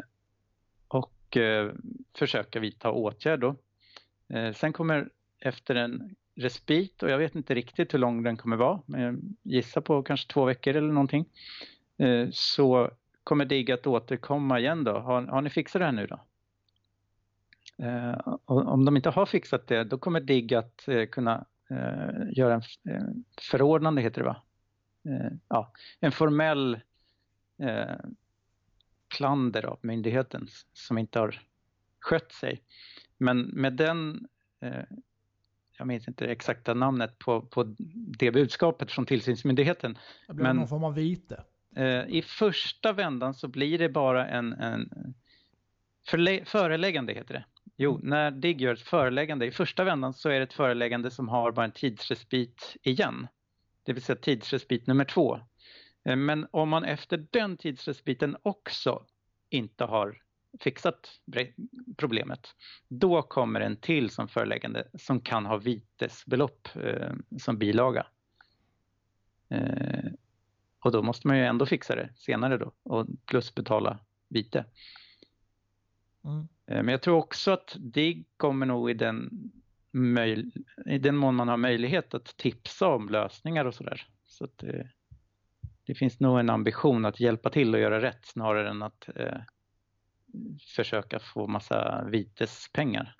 och eh, försöka vidta åtgärd då. Eh, sen kommer efter en respit, och jag vet inte riktigt hur lång den kommer vara, men jag gissar på kanske två veckor eller någonting, eh, så kommer D I G att återkomma igen då. Har, har ni fixat det här nu då? Eh, och om de inte har fixat det, då kommer D I G att eh, kunna eh, göra en eh, förordnande, heter det va? Eh, ja, en formell eh, klander av myndigheten som inte har skött sig. Men med den eh, jag minns inte det exakta namnet på, på det budskapet från tillsynsmyndigheten. Det blir men någon form av vite. Eh, I första vändan så blir det bara en, en förlä- föreläggande heter det. Jo, när D I G gör ett föreläggande, i första vändan så är det ett föreläggande som har bara en tidsrespit igen. Det vill säga tidsrespit nummer två. Eh, men om man efter den tidsrespiten också inte har fixat problemet, då kommer en till som föreläggande som kan ha vitesbelopp eh, som bilaga. Eh, och då måste man ju ändå fixa det senare då och plus betala vite. Mm. Eh, men jag tror också att det kommer nog i den, möj- i den mån man har möjlighet att tipsa om lösningar och sådär. Så att eh, det finns nog en ambition att hjälpa till och göra rätt snarare än att eh, försöka få massa vitespengar.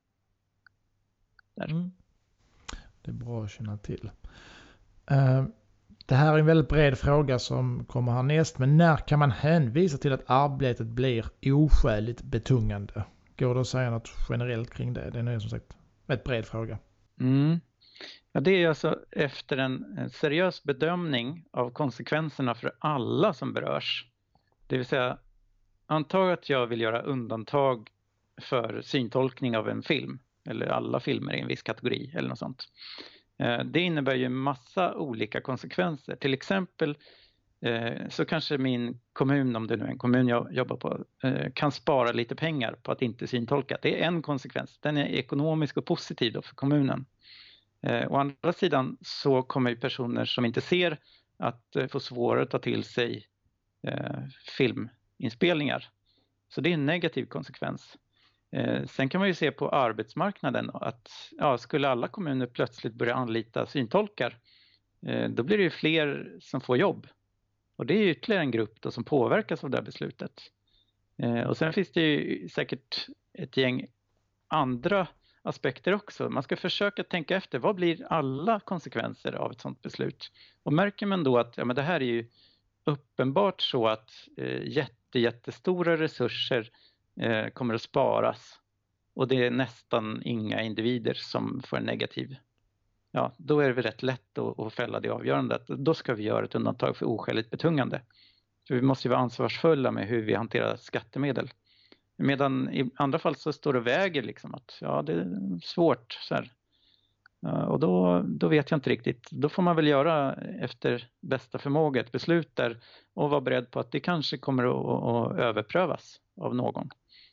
Där. Mm. Det är bra att känna till. Uh, det här är en väldigt bred fråga som kommer härnäst, men när kan man hänvisa till att arbetet blir oskäligt betungande? Går det att säga något generellt kring det? Det är nog som sagt Ett bred fråga. Mm. Ja, det är alltså efter en, en seriös bedömning av konsekvenserna för alla som berörs. Det vill säga, antag att jag vill göra undantag för syntolkning av en film eller alla filmer i en viss kategori eller något sånt. Det innebär ju en massa olika konsekvenser. Till exempel så kanske min kommun, om det nu är en kommun jag jobbar på, kan spara lite pengar på att inte syntolka. Det är en konsekvens. Den är ekonomisk och positiv då för kommunen. Å andra sidan så kommer ju personer som inte ser att få svårare att ta till sig filminspelningar. Så det är en negativ konsekvens. Sen kan man ju se på arbetsmarknaden att ja, skulle alla kommuner plötsligt börja anlita syntolkar, då blir det ju fler som får jobb. Och det är ju ytterligare en grupp då som påverkas av det här beslutet. Och sen finns det ju säkert ett gäng andra aspekter också. Man ska försöka tänka efter, vad blir alla konsekvenser av ett sådant beslut? Och märker man då att ja, men det här är ju uppenbart så att eh, jätte, jättestora resurser eh, kommer att sparas och det är nästan inga individer som får en negativ. Ja, då är det väl rätt lätt att, att fälla det avgörandet. Då ska vi göra ett undantag för oskäligt betungande. För vi måste ju vara ansvarsfulla med hur vi hanterar skattemedel. Medan i andra fall så står det och väger liksom att ja, det är svårt så här. Och då, då vet jag inte riktigt. Då får man väl göra efter bästa förmåga ett beslut där och vara beredd på att det kanske kommer att, att överprövas av någon.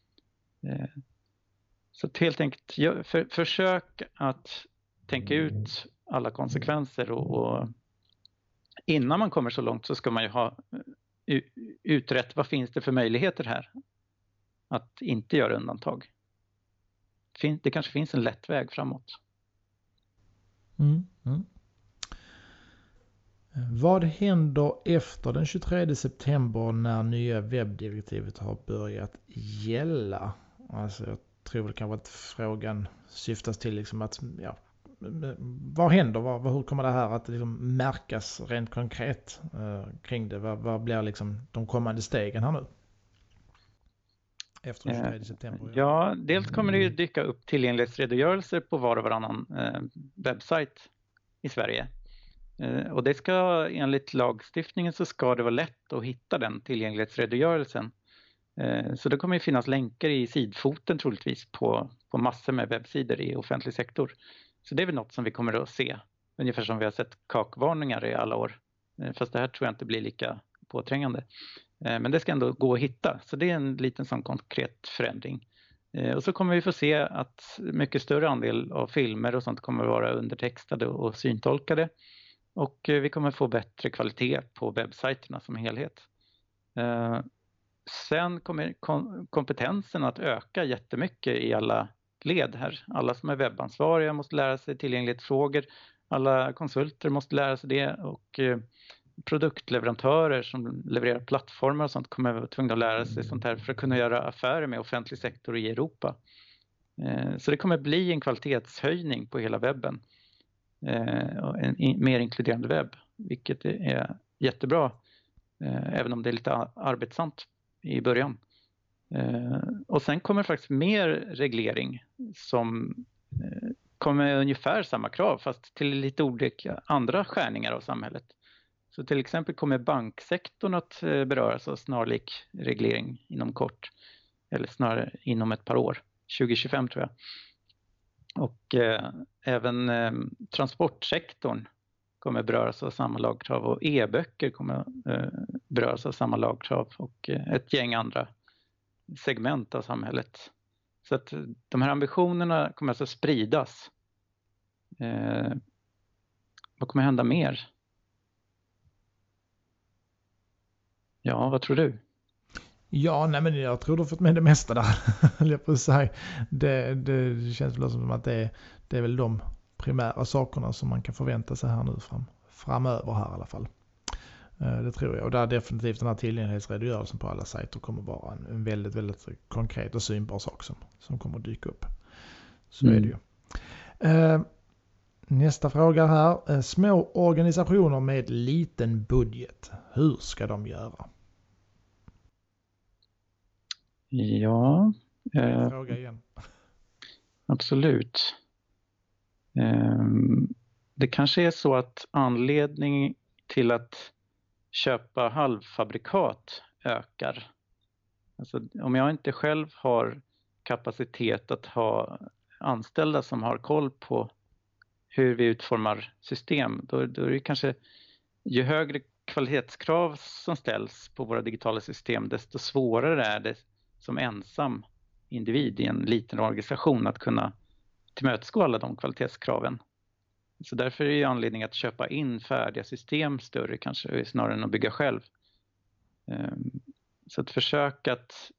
Så helt enkelt för, försök att tänka ut alla konsekvenser och, och innan man kommer så långt så ska man ju ha utrett vad finns det för möjligheter här att inte göra undantag. Det kanske finns en lätt väg framåt. Mm, mm. Vad händer efter den tjugotredje september när nya webbdirektivet har börjat gälla? Alltså jag tror väl kanske att frågan syftas till liksom att ja, vad händer? Vad, hur kommer det här att liksom märkas rent konkret eh, kring det? Vad, vad blir liksom de kommande stegen här nu? Efter den tjugotredje september. Ja, dels kommer det ju dyka upp tillgänglighetsredogörelser på var och varannan eh, webbsajt i Sverige. Eh, och det ska enligt lagstiftningen så ska det vara lätt att hitta den tillgänglighetsredogörelsen. Eh, så det kommer ju finnas länkar i sidfoten troligtvis på, på massor med webbsidor i offentlig sektor. Så det är väl något som vi kommer att se. Ungefär som vi har sett kakvarningar i alla år. Eh, fast det här tror jag inte blir lika påträngande. Men det ska ändå gå att hitta. Så det är en liten sån konkret förändring. Och så kommer vi få se att mycket större andel av filmer och sånt kommer vara undertextade och syntolkade. Och vi kommer få bättre kvalitet på webbsajterna som helhet. Sen kommer kompetensen att öka jättemycket i alla led här. Alla som är webbansvariga måste lära sig tillgänglighetsfrågor. Alla konsulter måste lära sig det och produktleverantörer som levererar plattformar och sånt kommer vara tvungna att lära sig sånt här för att kunna göra affärer med offentlig sektor i Europa. Så det kommer bli en kvalitetshöjning på hela webben. Och en mer inkluderande webb, vilket är jättebra. Även om det är lite arbetsamt i början. Och sen kommer faktiskt mer reglering som kommer med ungefär samma krav fast till lite olika andra skärningar av samhället. Så till exempel kommer banksektorn att beröras av snarlik reglering inom kort. Eller snarare inom ett par år. tjugo tjugofem tror jag. Och eh, även eh, transportsektorn kommer beröras av samma lagkrav. Och e-böcker kommer eh, beröras av samma lagkrav. Och eh, ett gäng andra segment av samhället. Så att de här ambitionerna kommer alltså spridas. Eh, vad kommer hända mer? Ja, vad tror du? Ja, nej men jag tror du har fått med det mesta där. Jag får säga. Det, det känns väl som att det, det är väl de primära sakerna som man kan förvänta sig här nu fram, framöver här i alla fall. Det tror jag. Och där definitivt den här tillgänglighetsredogörelsen på alla sajter kommer vara en, en väldigt, väldigt konkret och synbar sak som, som kommer att dyka upp. Så mm. är det ju. Uh, nästa fråga här. Uh, små organisationer med liten budget. Hur ska de göra? Ja. Eh, fråga igen. Absolut. Det kanske är så att anledning till att köpa halvfabrikat ökar. Alltså, om jag inte själv har kapacitet att ha anställda som har koll på hur vi utformar system, då, då är det kanske, ju högre kvalitetskrav som ställs på våra digitala system, desto svårare är det som ensam individ i en liten organisation att kunna tillmötesgå alla de kvalitetskraven. Så därför är det anledning att köpa in färdiga system större kanske snarare än att bygga själv. Så att försöka att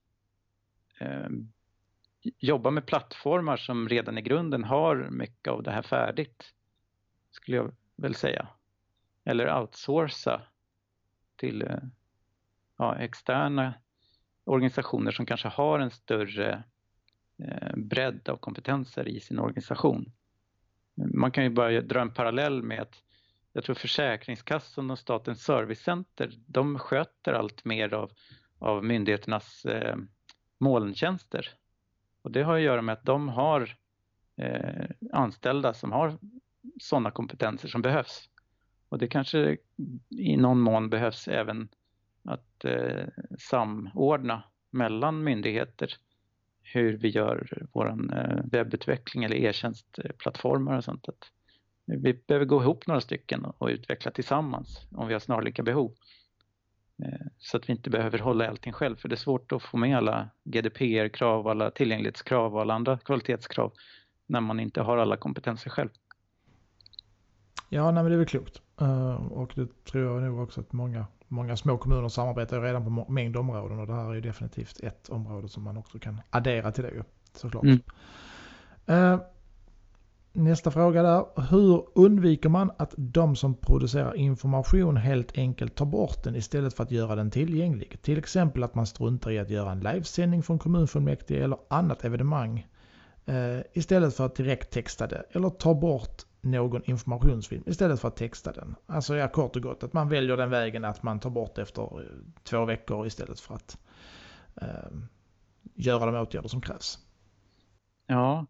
jobba med plattformar som redan i grunden har mycket av det här färdigt, skulle jag väl säga. Eller outsourca till ja, externa organisationer som kanske har en större eh, bredd av kompetenser i sin organisation. Man kan ju bara dra en parallell med att jag tror Försäkringskassan och Statens servicecenter, de sköter allt mer av, av myndigheternas eh, molntjänster. Och det har att göra med att de har eh, anställda som har sådana kompetenser som behövs. Och det kanske i någon mån behövs även att eh, samordna mellan myndigheter hur vi gör vår eh, webbutveckling eller e-tjänstplattformar och sånt. Att vi behöver gå ihop några stycken och utveckla tillsammans om vi har snarlika behov. Eh, så att vi inte behöver hålla allting själv, för det är svårt att få med alla G D P R-krav, alla tillgänglighetskrav och alla andra kvalitetskrav när man inte har alla kompetenser själv. Ja, nej, men det är väl klokt. Uh, och det tror jag nog också att många, många små kommuner samarbetar redan på må- mängd områden, och det här är ju definitivt ett område som man också kan addera till det ju, såklart. Mm. Uh, nästa fråga där. Hur undviker man att de som producerar information helt enkelt tar bort den istället för att göra den tillgänglig? Till exempel att man struntar i att göra en livesändning från kommunfullmäktige eller annat evenemang uh, istället för att direkt texta det, eller ta bort någon informationsfilm istället för att texta den. Alltså ja, kort och gott att man väljer den vägen att man tar bort efter två veckor istället för att eh, göra de åtgärder som krävs. Ja,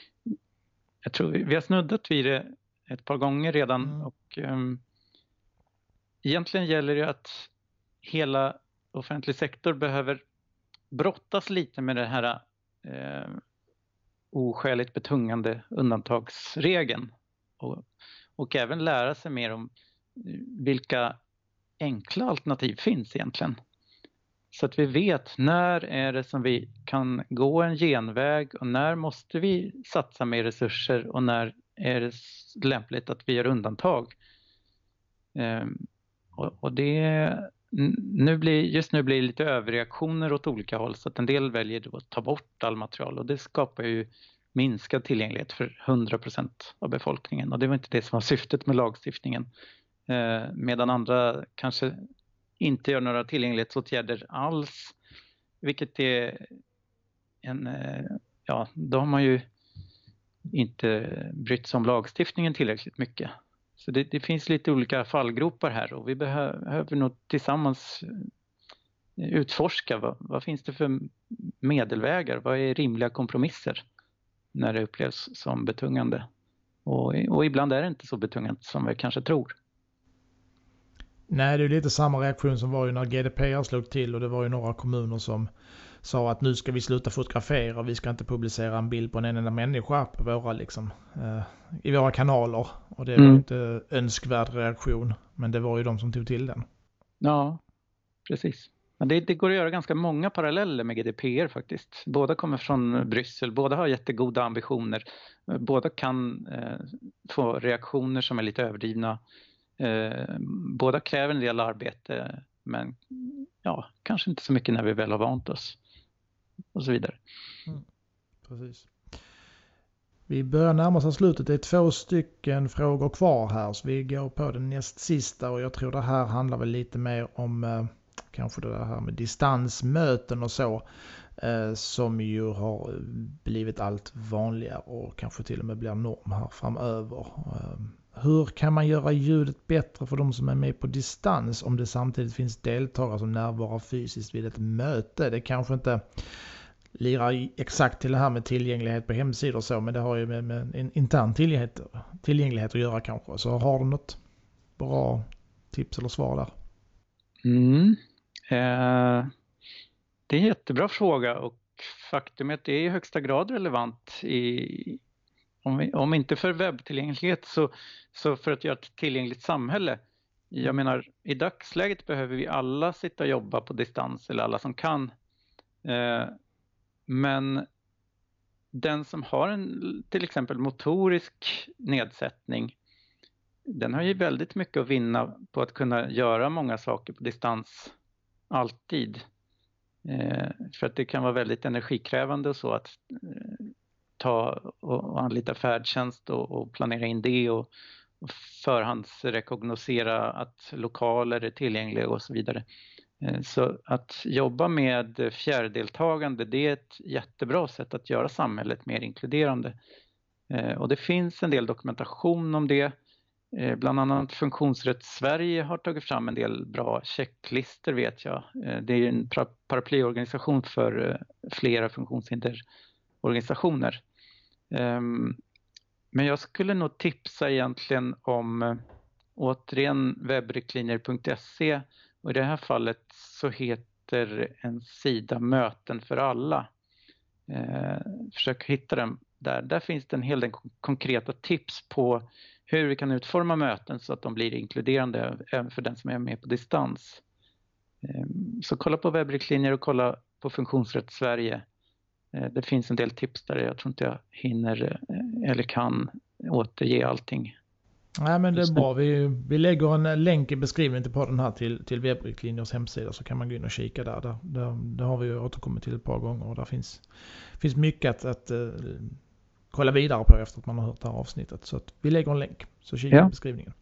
jag tror vi, vi har snuddat vid det ett par gånger redan mm. och um, egentligen gäller det att hela offentlig sektor behöver brottas lite med det här eh, oskäligt betungande undantagsregeln. Och, och även lära sig mer om vilka enkla alternativ finns egentligen. Så att vi vet när är det som vi kan gå en genväg och när måste vi satsa mer resurser och när är det lämpligt att vi gör undantag. Ehm, och, och det nu blir, just nu blir det lite överreaktioner åt olika håll, så att en del väljer då att ta bort all material, och det skapar ju minskad tillgänglighet för hundra procent av befolkningen, och det var inte det som var syftet med lagstiftningen. Eh, medan andra kanske inte gör några tillgänglighetsåtgärder alls, vilket är en, eh, ja, då har man ju inte brytt sig om lagstiftningen tillräckligt mycket. Så det, det finns lite olika fallgropar här, och vi behöver, behöver nog tillsammans utforska vad, vad finns det för medelvägar, vad är rimliga kompromisser när det upplevs som betungande. Och, och ibland är det inte så betungande som vi kanske tror. Nej, det är lite samma reaktion som var ju när G D P R slog till, och det var ju några kommuner som sa att nu ska vi sluta fotografera och vi ska inte publicera en bild på en enda människa på våra, liksom, eh, i våra kanaler. Och det var mm. inte önskvärd reaktion, men det var ju de som tog till den. Ja, precis. Men det, det går att göra ganska många paralleller med G D P R faktiskt. Båda kommer från Bryssel, båda har jättegoda ambitioner. Båda kan eh, få reaktioner som är lite överdrivna. Eh, båda kräver en del arbete, men ja, kanske inte så mycket när vi väl har vant oss. Och så vidare. Mm, precis. Vi börjar närma oss slutet. Det är två stycken frågor kvar här, så vi går på den näst sista, och jag tror det här handlar väl lite mer om eh, kanske det här med distansmöten och så, eh, som ju har blivit allt vanligare och kanske till och med blir norm här framöver. Eh, hur kan man göra ljudet bättre för de som är med på distans om det samtidigt finns deltagare som närvarar fysiskt vid ett möte? Det kanske inte lirar exakt till det här med tillgänglighet på hemsidor och så, men det har ju med, med en intern tillgänglighet, tillgänglighet att göra kanske. Så har du något bra tips eller svar där? Mm. Eh, det är en jättebra fråga, och faktum är att det är i högsta grad relevant i, om, vi, om inte för webbtillgänglighet så, så för att göra ett tillgängligt samhälle. Jag menar, i dagsläget behöver vi alla sitta och jobba på distans, eller alla som kan. Eh, men den som har en till exempel motorisk nedsättning, den har ju väldigt mycket att vinna på att kunna göra många saker på distans alltid. Eh, för att det kan vara väldigt energikrävande och så att eh, ta och, och anlita färdtjänst och, och planera in det och, och förhandsrekognosera att lokaler är tillgängliga och så vidare. Eh, så att jobba med fjärrdeltagande, det är ett jättebra sätt att göra samhället mer inkluderande. Eh, och det finns en del dokumentation om det. Bland annat Funktionsrätt Sverige har tagit fram en del bra checklister, vet jag. Det är en paraplyorganisation för flera funktionshinderorganisationer. Men jag skulle nog tipsa egentligen om återigen webbriktlinjer punkt se, och i det här fallet så heter en sida Möten för alla. Försök hitta den där. Där finns det en hel del konkreta tips på hur vi kan utforma möten så att de blir inkluderande även för den som är med på distans. Så kolla på webbriktlinjer och kolla på Funktionsrätt Sverige. Det finns en del tips där. Jag tror inte jag hinner eller kan återge allting. Nej, men det är bra. Vi, vi lägger en länk i beskrivningen till podden här till, till webbriktlinjers hemsida, så kan man gå in och kika där. Det där, där har vi återkommit till ett par gånger, och där finns, finns mycket att, att uh, kolla vidare på efter att man har hört det här avsnittet. Så att vi lägger en länk, så kika ja. i beskrivningen.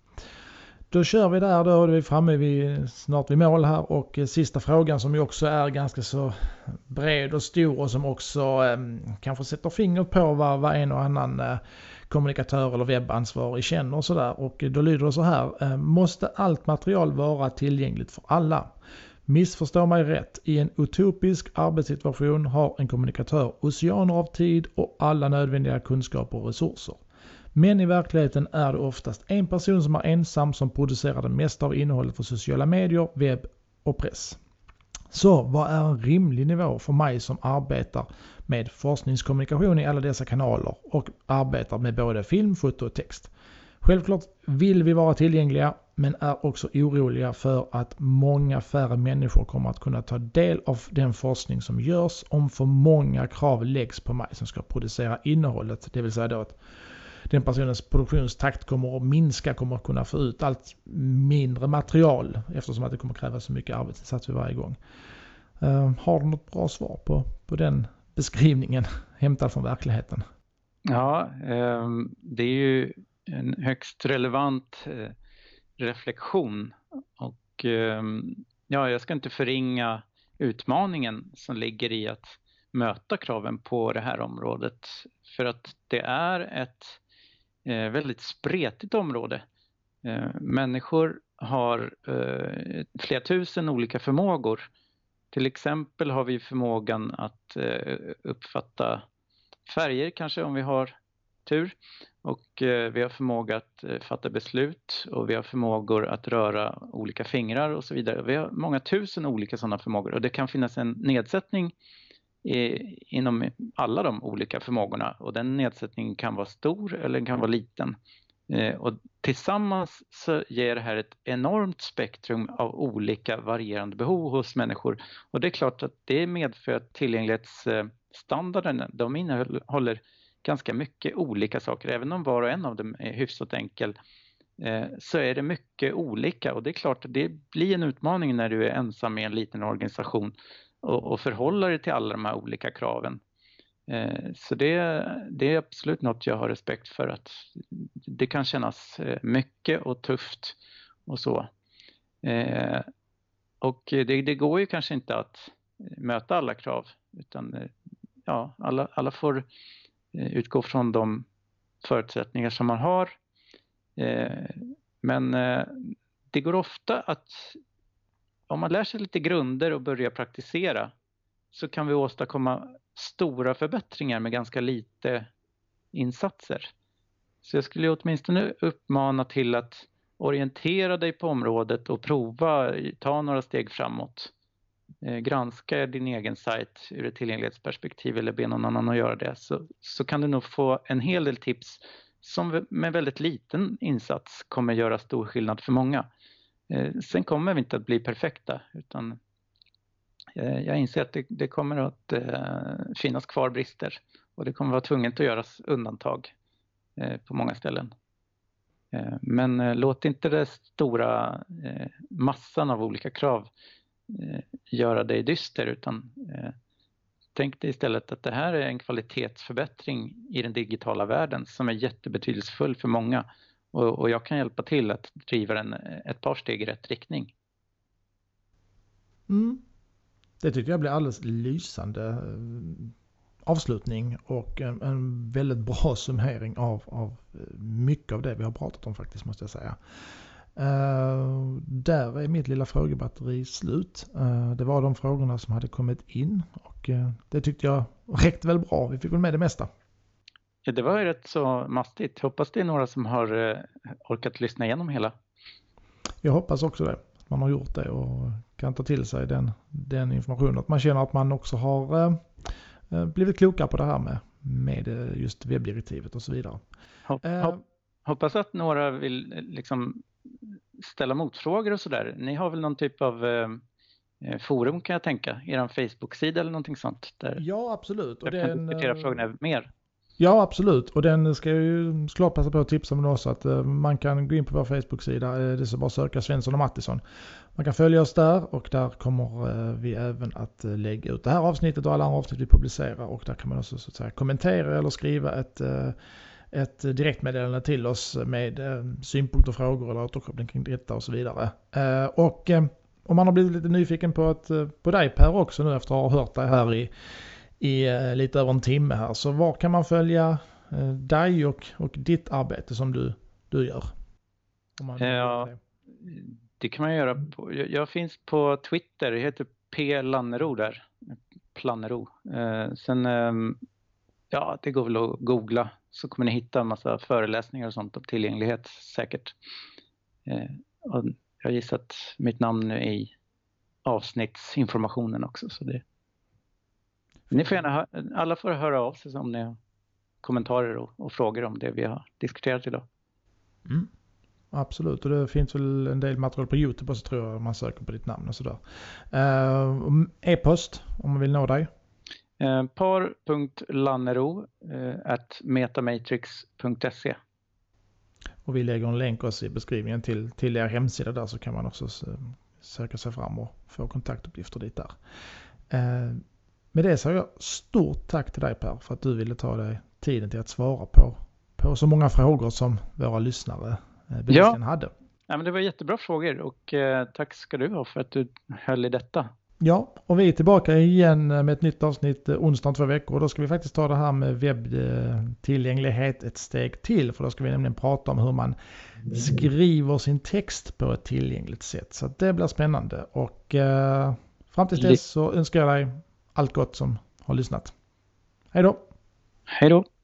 Då kör vi där då, och då är vi framme vid, snart vid mål här, och sista frågan som ju också är ganska så bred och stor och som också eh, kanske sätter fingret på vad, vad en och annan eh, kommunikatör eller webbansvarig känner och sådär. Och då lyder det så här: eh, måste allt material vara tillgängligt för alla? Missförstå mig rätt, i en utopisk arbetssituation har en kommunikatör oceaner av tid och alla nödvändiga kunskaper och resurser. Men i verkligheten är det oftast en person som är ensam som producerar det mesta av innehållet för sociala medier, webb och press. Så vad är en rimlig nivå för mig som arbetar med forskningskommunikation i alla dessa kanaler och arbetar med både film, foto och text? Självklart vill vi vara tillgängliga, men är också oroliga för att många färre människor kommer att kunna ta del av den forskning som görs om för många krav läggs på mig som ska producera innehållet. Det vill säga då att den personens produktionstakt kommer att minska, kommer att kunna få ut allt mindre material eftersom att det kommer att kräva så mycket arbetsinsats för varje gång. Uh, har du något bra svar på, på den beskrivningen hämtad från verkligheten? Ja, eh, det är ju en högst relevant eh, reflektion, och eh, ja, jag ska inte förringa utmaningen som ligger i att möta kraven på det här området, för att det är ett eh, väldigt spretigt område. Eh, människor har eh, flera tusen olika förmågor. Till exempel har vi förmågan att eh, uppfatta färger, kanske om vi har tur. Och eh, vi har förmåga att eh, fatta beslut, och vi har förmågor att röra olika fingrar och så vidare. Vi har många tusen olika sådana förmågor, och det kan finnas en nedsättning i, inom alla de olika förmågorna. Och den nedsättningen kan vara stor eller den kan vara liten. Eh, och tillsammans så ger det här ett enormt spektrum av olika varierande behov hos människor. Och det är klart att det medför att tillgänglighetsstandarden, de innehåller ganska mycket olika saker. Även om var och en av dem är hyfsat enkel, eh, så är det mycket olika. Och det är klart att det blir en utmaning när du är ensam i en liten organisation och, och förhåller dig till alla de här olika kraven. Eh, så det, det är absolut något jag har respekt för, att det kan kännas mycket och tufft och så. Eh, och det, det går ju kanske inte att möta alla krav, utan ja, alla, alla får utgå från de förutsättningar som man har. Eh, men eh, det går ofta att, om man lär sig lite grunder och börjar praktisera, så kan vi åstadkomma stora förbättringar med ganska lite insatser. Så jag skulle åtminstone uppmana till att orientera dig på området och prova, ta några steg framåt. Eh, granska din egen sajt ur ett tillgänglighetsperspektiv eller be någon annan att göra det. Så, så kan du nog få en hel del tips som med väldigt liten insats kommer göra stor skillnad för många. Eh, sen kommer vi inte att bli perfekta, utan eh, jag inser att det, det kommer att eh, finnas kvar brister och det kommer vara tvunget att göras undantag eh, på många ställen. Eh, men eh, låt inte det stora eh, massan av olika krav eh, göra dig dyster, utan eh, tänk dig istället att det här är en kvalitetsförbättring i den digitala världen som är jättebetydelsefull för många. Och, och jag kan hjälpa till att driva den ett par steg i rätt riktning. Mm. Det tycker jag blir alldeles lysande avslutning och en, en väldigt bra summering av, av mycket av det vi har pratat om faktiskt, måste jag säga. Uh, där är mitt lilla frågebatteri slut. Uh, det var de frågorna som hade kommit in och uh, det tyckte jag räckte väl bra. Vi fick väl med det mesta. Ja, det var ju rätt så mastigt. Hoppas det är några som har uh, orkat lyssna igenom hela. Jag hoppas också det. Man har gjort det och kan ta till sig den, den informationen. Att man känner att man också har uh, blivit klokare på det här med, med just webbdirektivet och så vidare. Hopp, uh, hopp, hoppas att några vill liksom ställa motfrågor och sådär. Ni har väl någon typ av eh, forum, kan jag tänka, er Facebook-sida eller någonting sånt där. Ja, absolut. Och jag kan den, diskutera frågorna mer. Ja, absolut. Och den ska jag ju såklart passa på att tipsa om också, att uh, man kan gå in på vår Facebook-sida. Uh, det är så bara söka Svensson och Mattisson. Man kan följa oss där och där kommer uh, vi även att uh, lägga ut det här avsnittet och alla andra avsnitt vi publicerar. Och där kan man också så att säga kommentera eller skriva ett uh, ett direktmeddelande till oss med eh, synpunkter, frågor eller återkoppling kring detta och så vidare. Eh, och eh, om man har blivit lite nyfiken på, att, eh, på dig Per också nu efter att ha hört dig här i, i eh, lite över en timme här, så var kan man följa eh, dig och, och ditt arbete som du, du gör? Om man ja, det. det kan man göra. På, jag, jag finns på Twitter, det heter P. Lannero där. Plannero. Eh, sen, eh, ja, det går väl att googla. Så kommer ni hitta en massa föreläsningar och sånt om tillgänglighet säkert. Eh, och jag gissar att mitt namn är i avsnittsinformationen också. Så det... Ni får gärna, alla får höra av sig om ni har kommentarer och, och frågor om det vi har diskuterat idag. Mm. Absolut, och det finns väl en del material på YouTube också, tror jag, om man söker på ditt namn och sådär. Uh, e-post om man vill nå dig. Eh, par punkt lannero eh, at metamatrix punkt se. Och vi lägger en länk också i beskrivningen till, till er hemsida där, så kan man också söka sig fram och få kontaktuppgifter dit där. Eh, med det så har jag stort tack till dig Per för att du ville ta dig tiden till att svara på, på så många frågor som våra lyssnare eh, bevisligen ja. hade. Ja, men det var jättebra frågor och eh, tack ska du ha för att du höll i detta. Ja, och vi är tillbaka igen med ett nytt avsnitt onsdag om två veckor. Och då ska vi faktiskt ta det här med webbtillgänglighet ett steg till. För då ska vi nämligen prata om hur man skriver sin text på ett tillgängligt sätt. Så det blir spännande. Och eh, fram till dess så önskar jag dig allt gott som har lyssnat. Hej då! Hej då!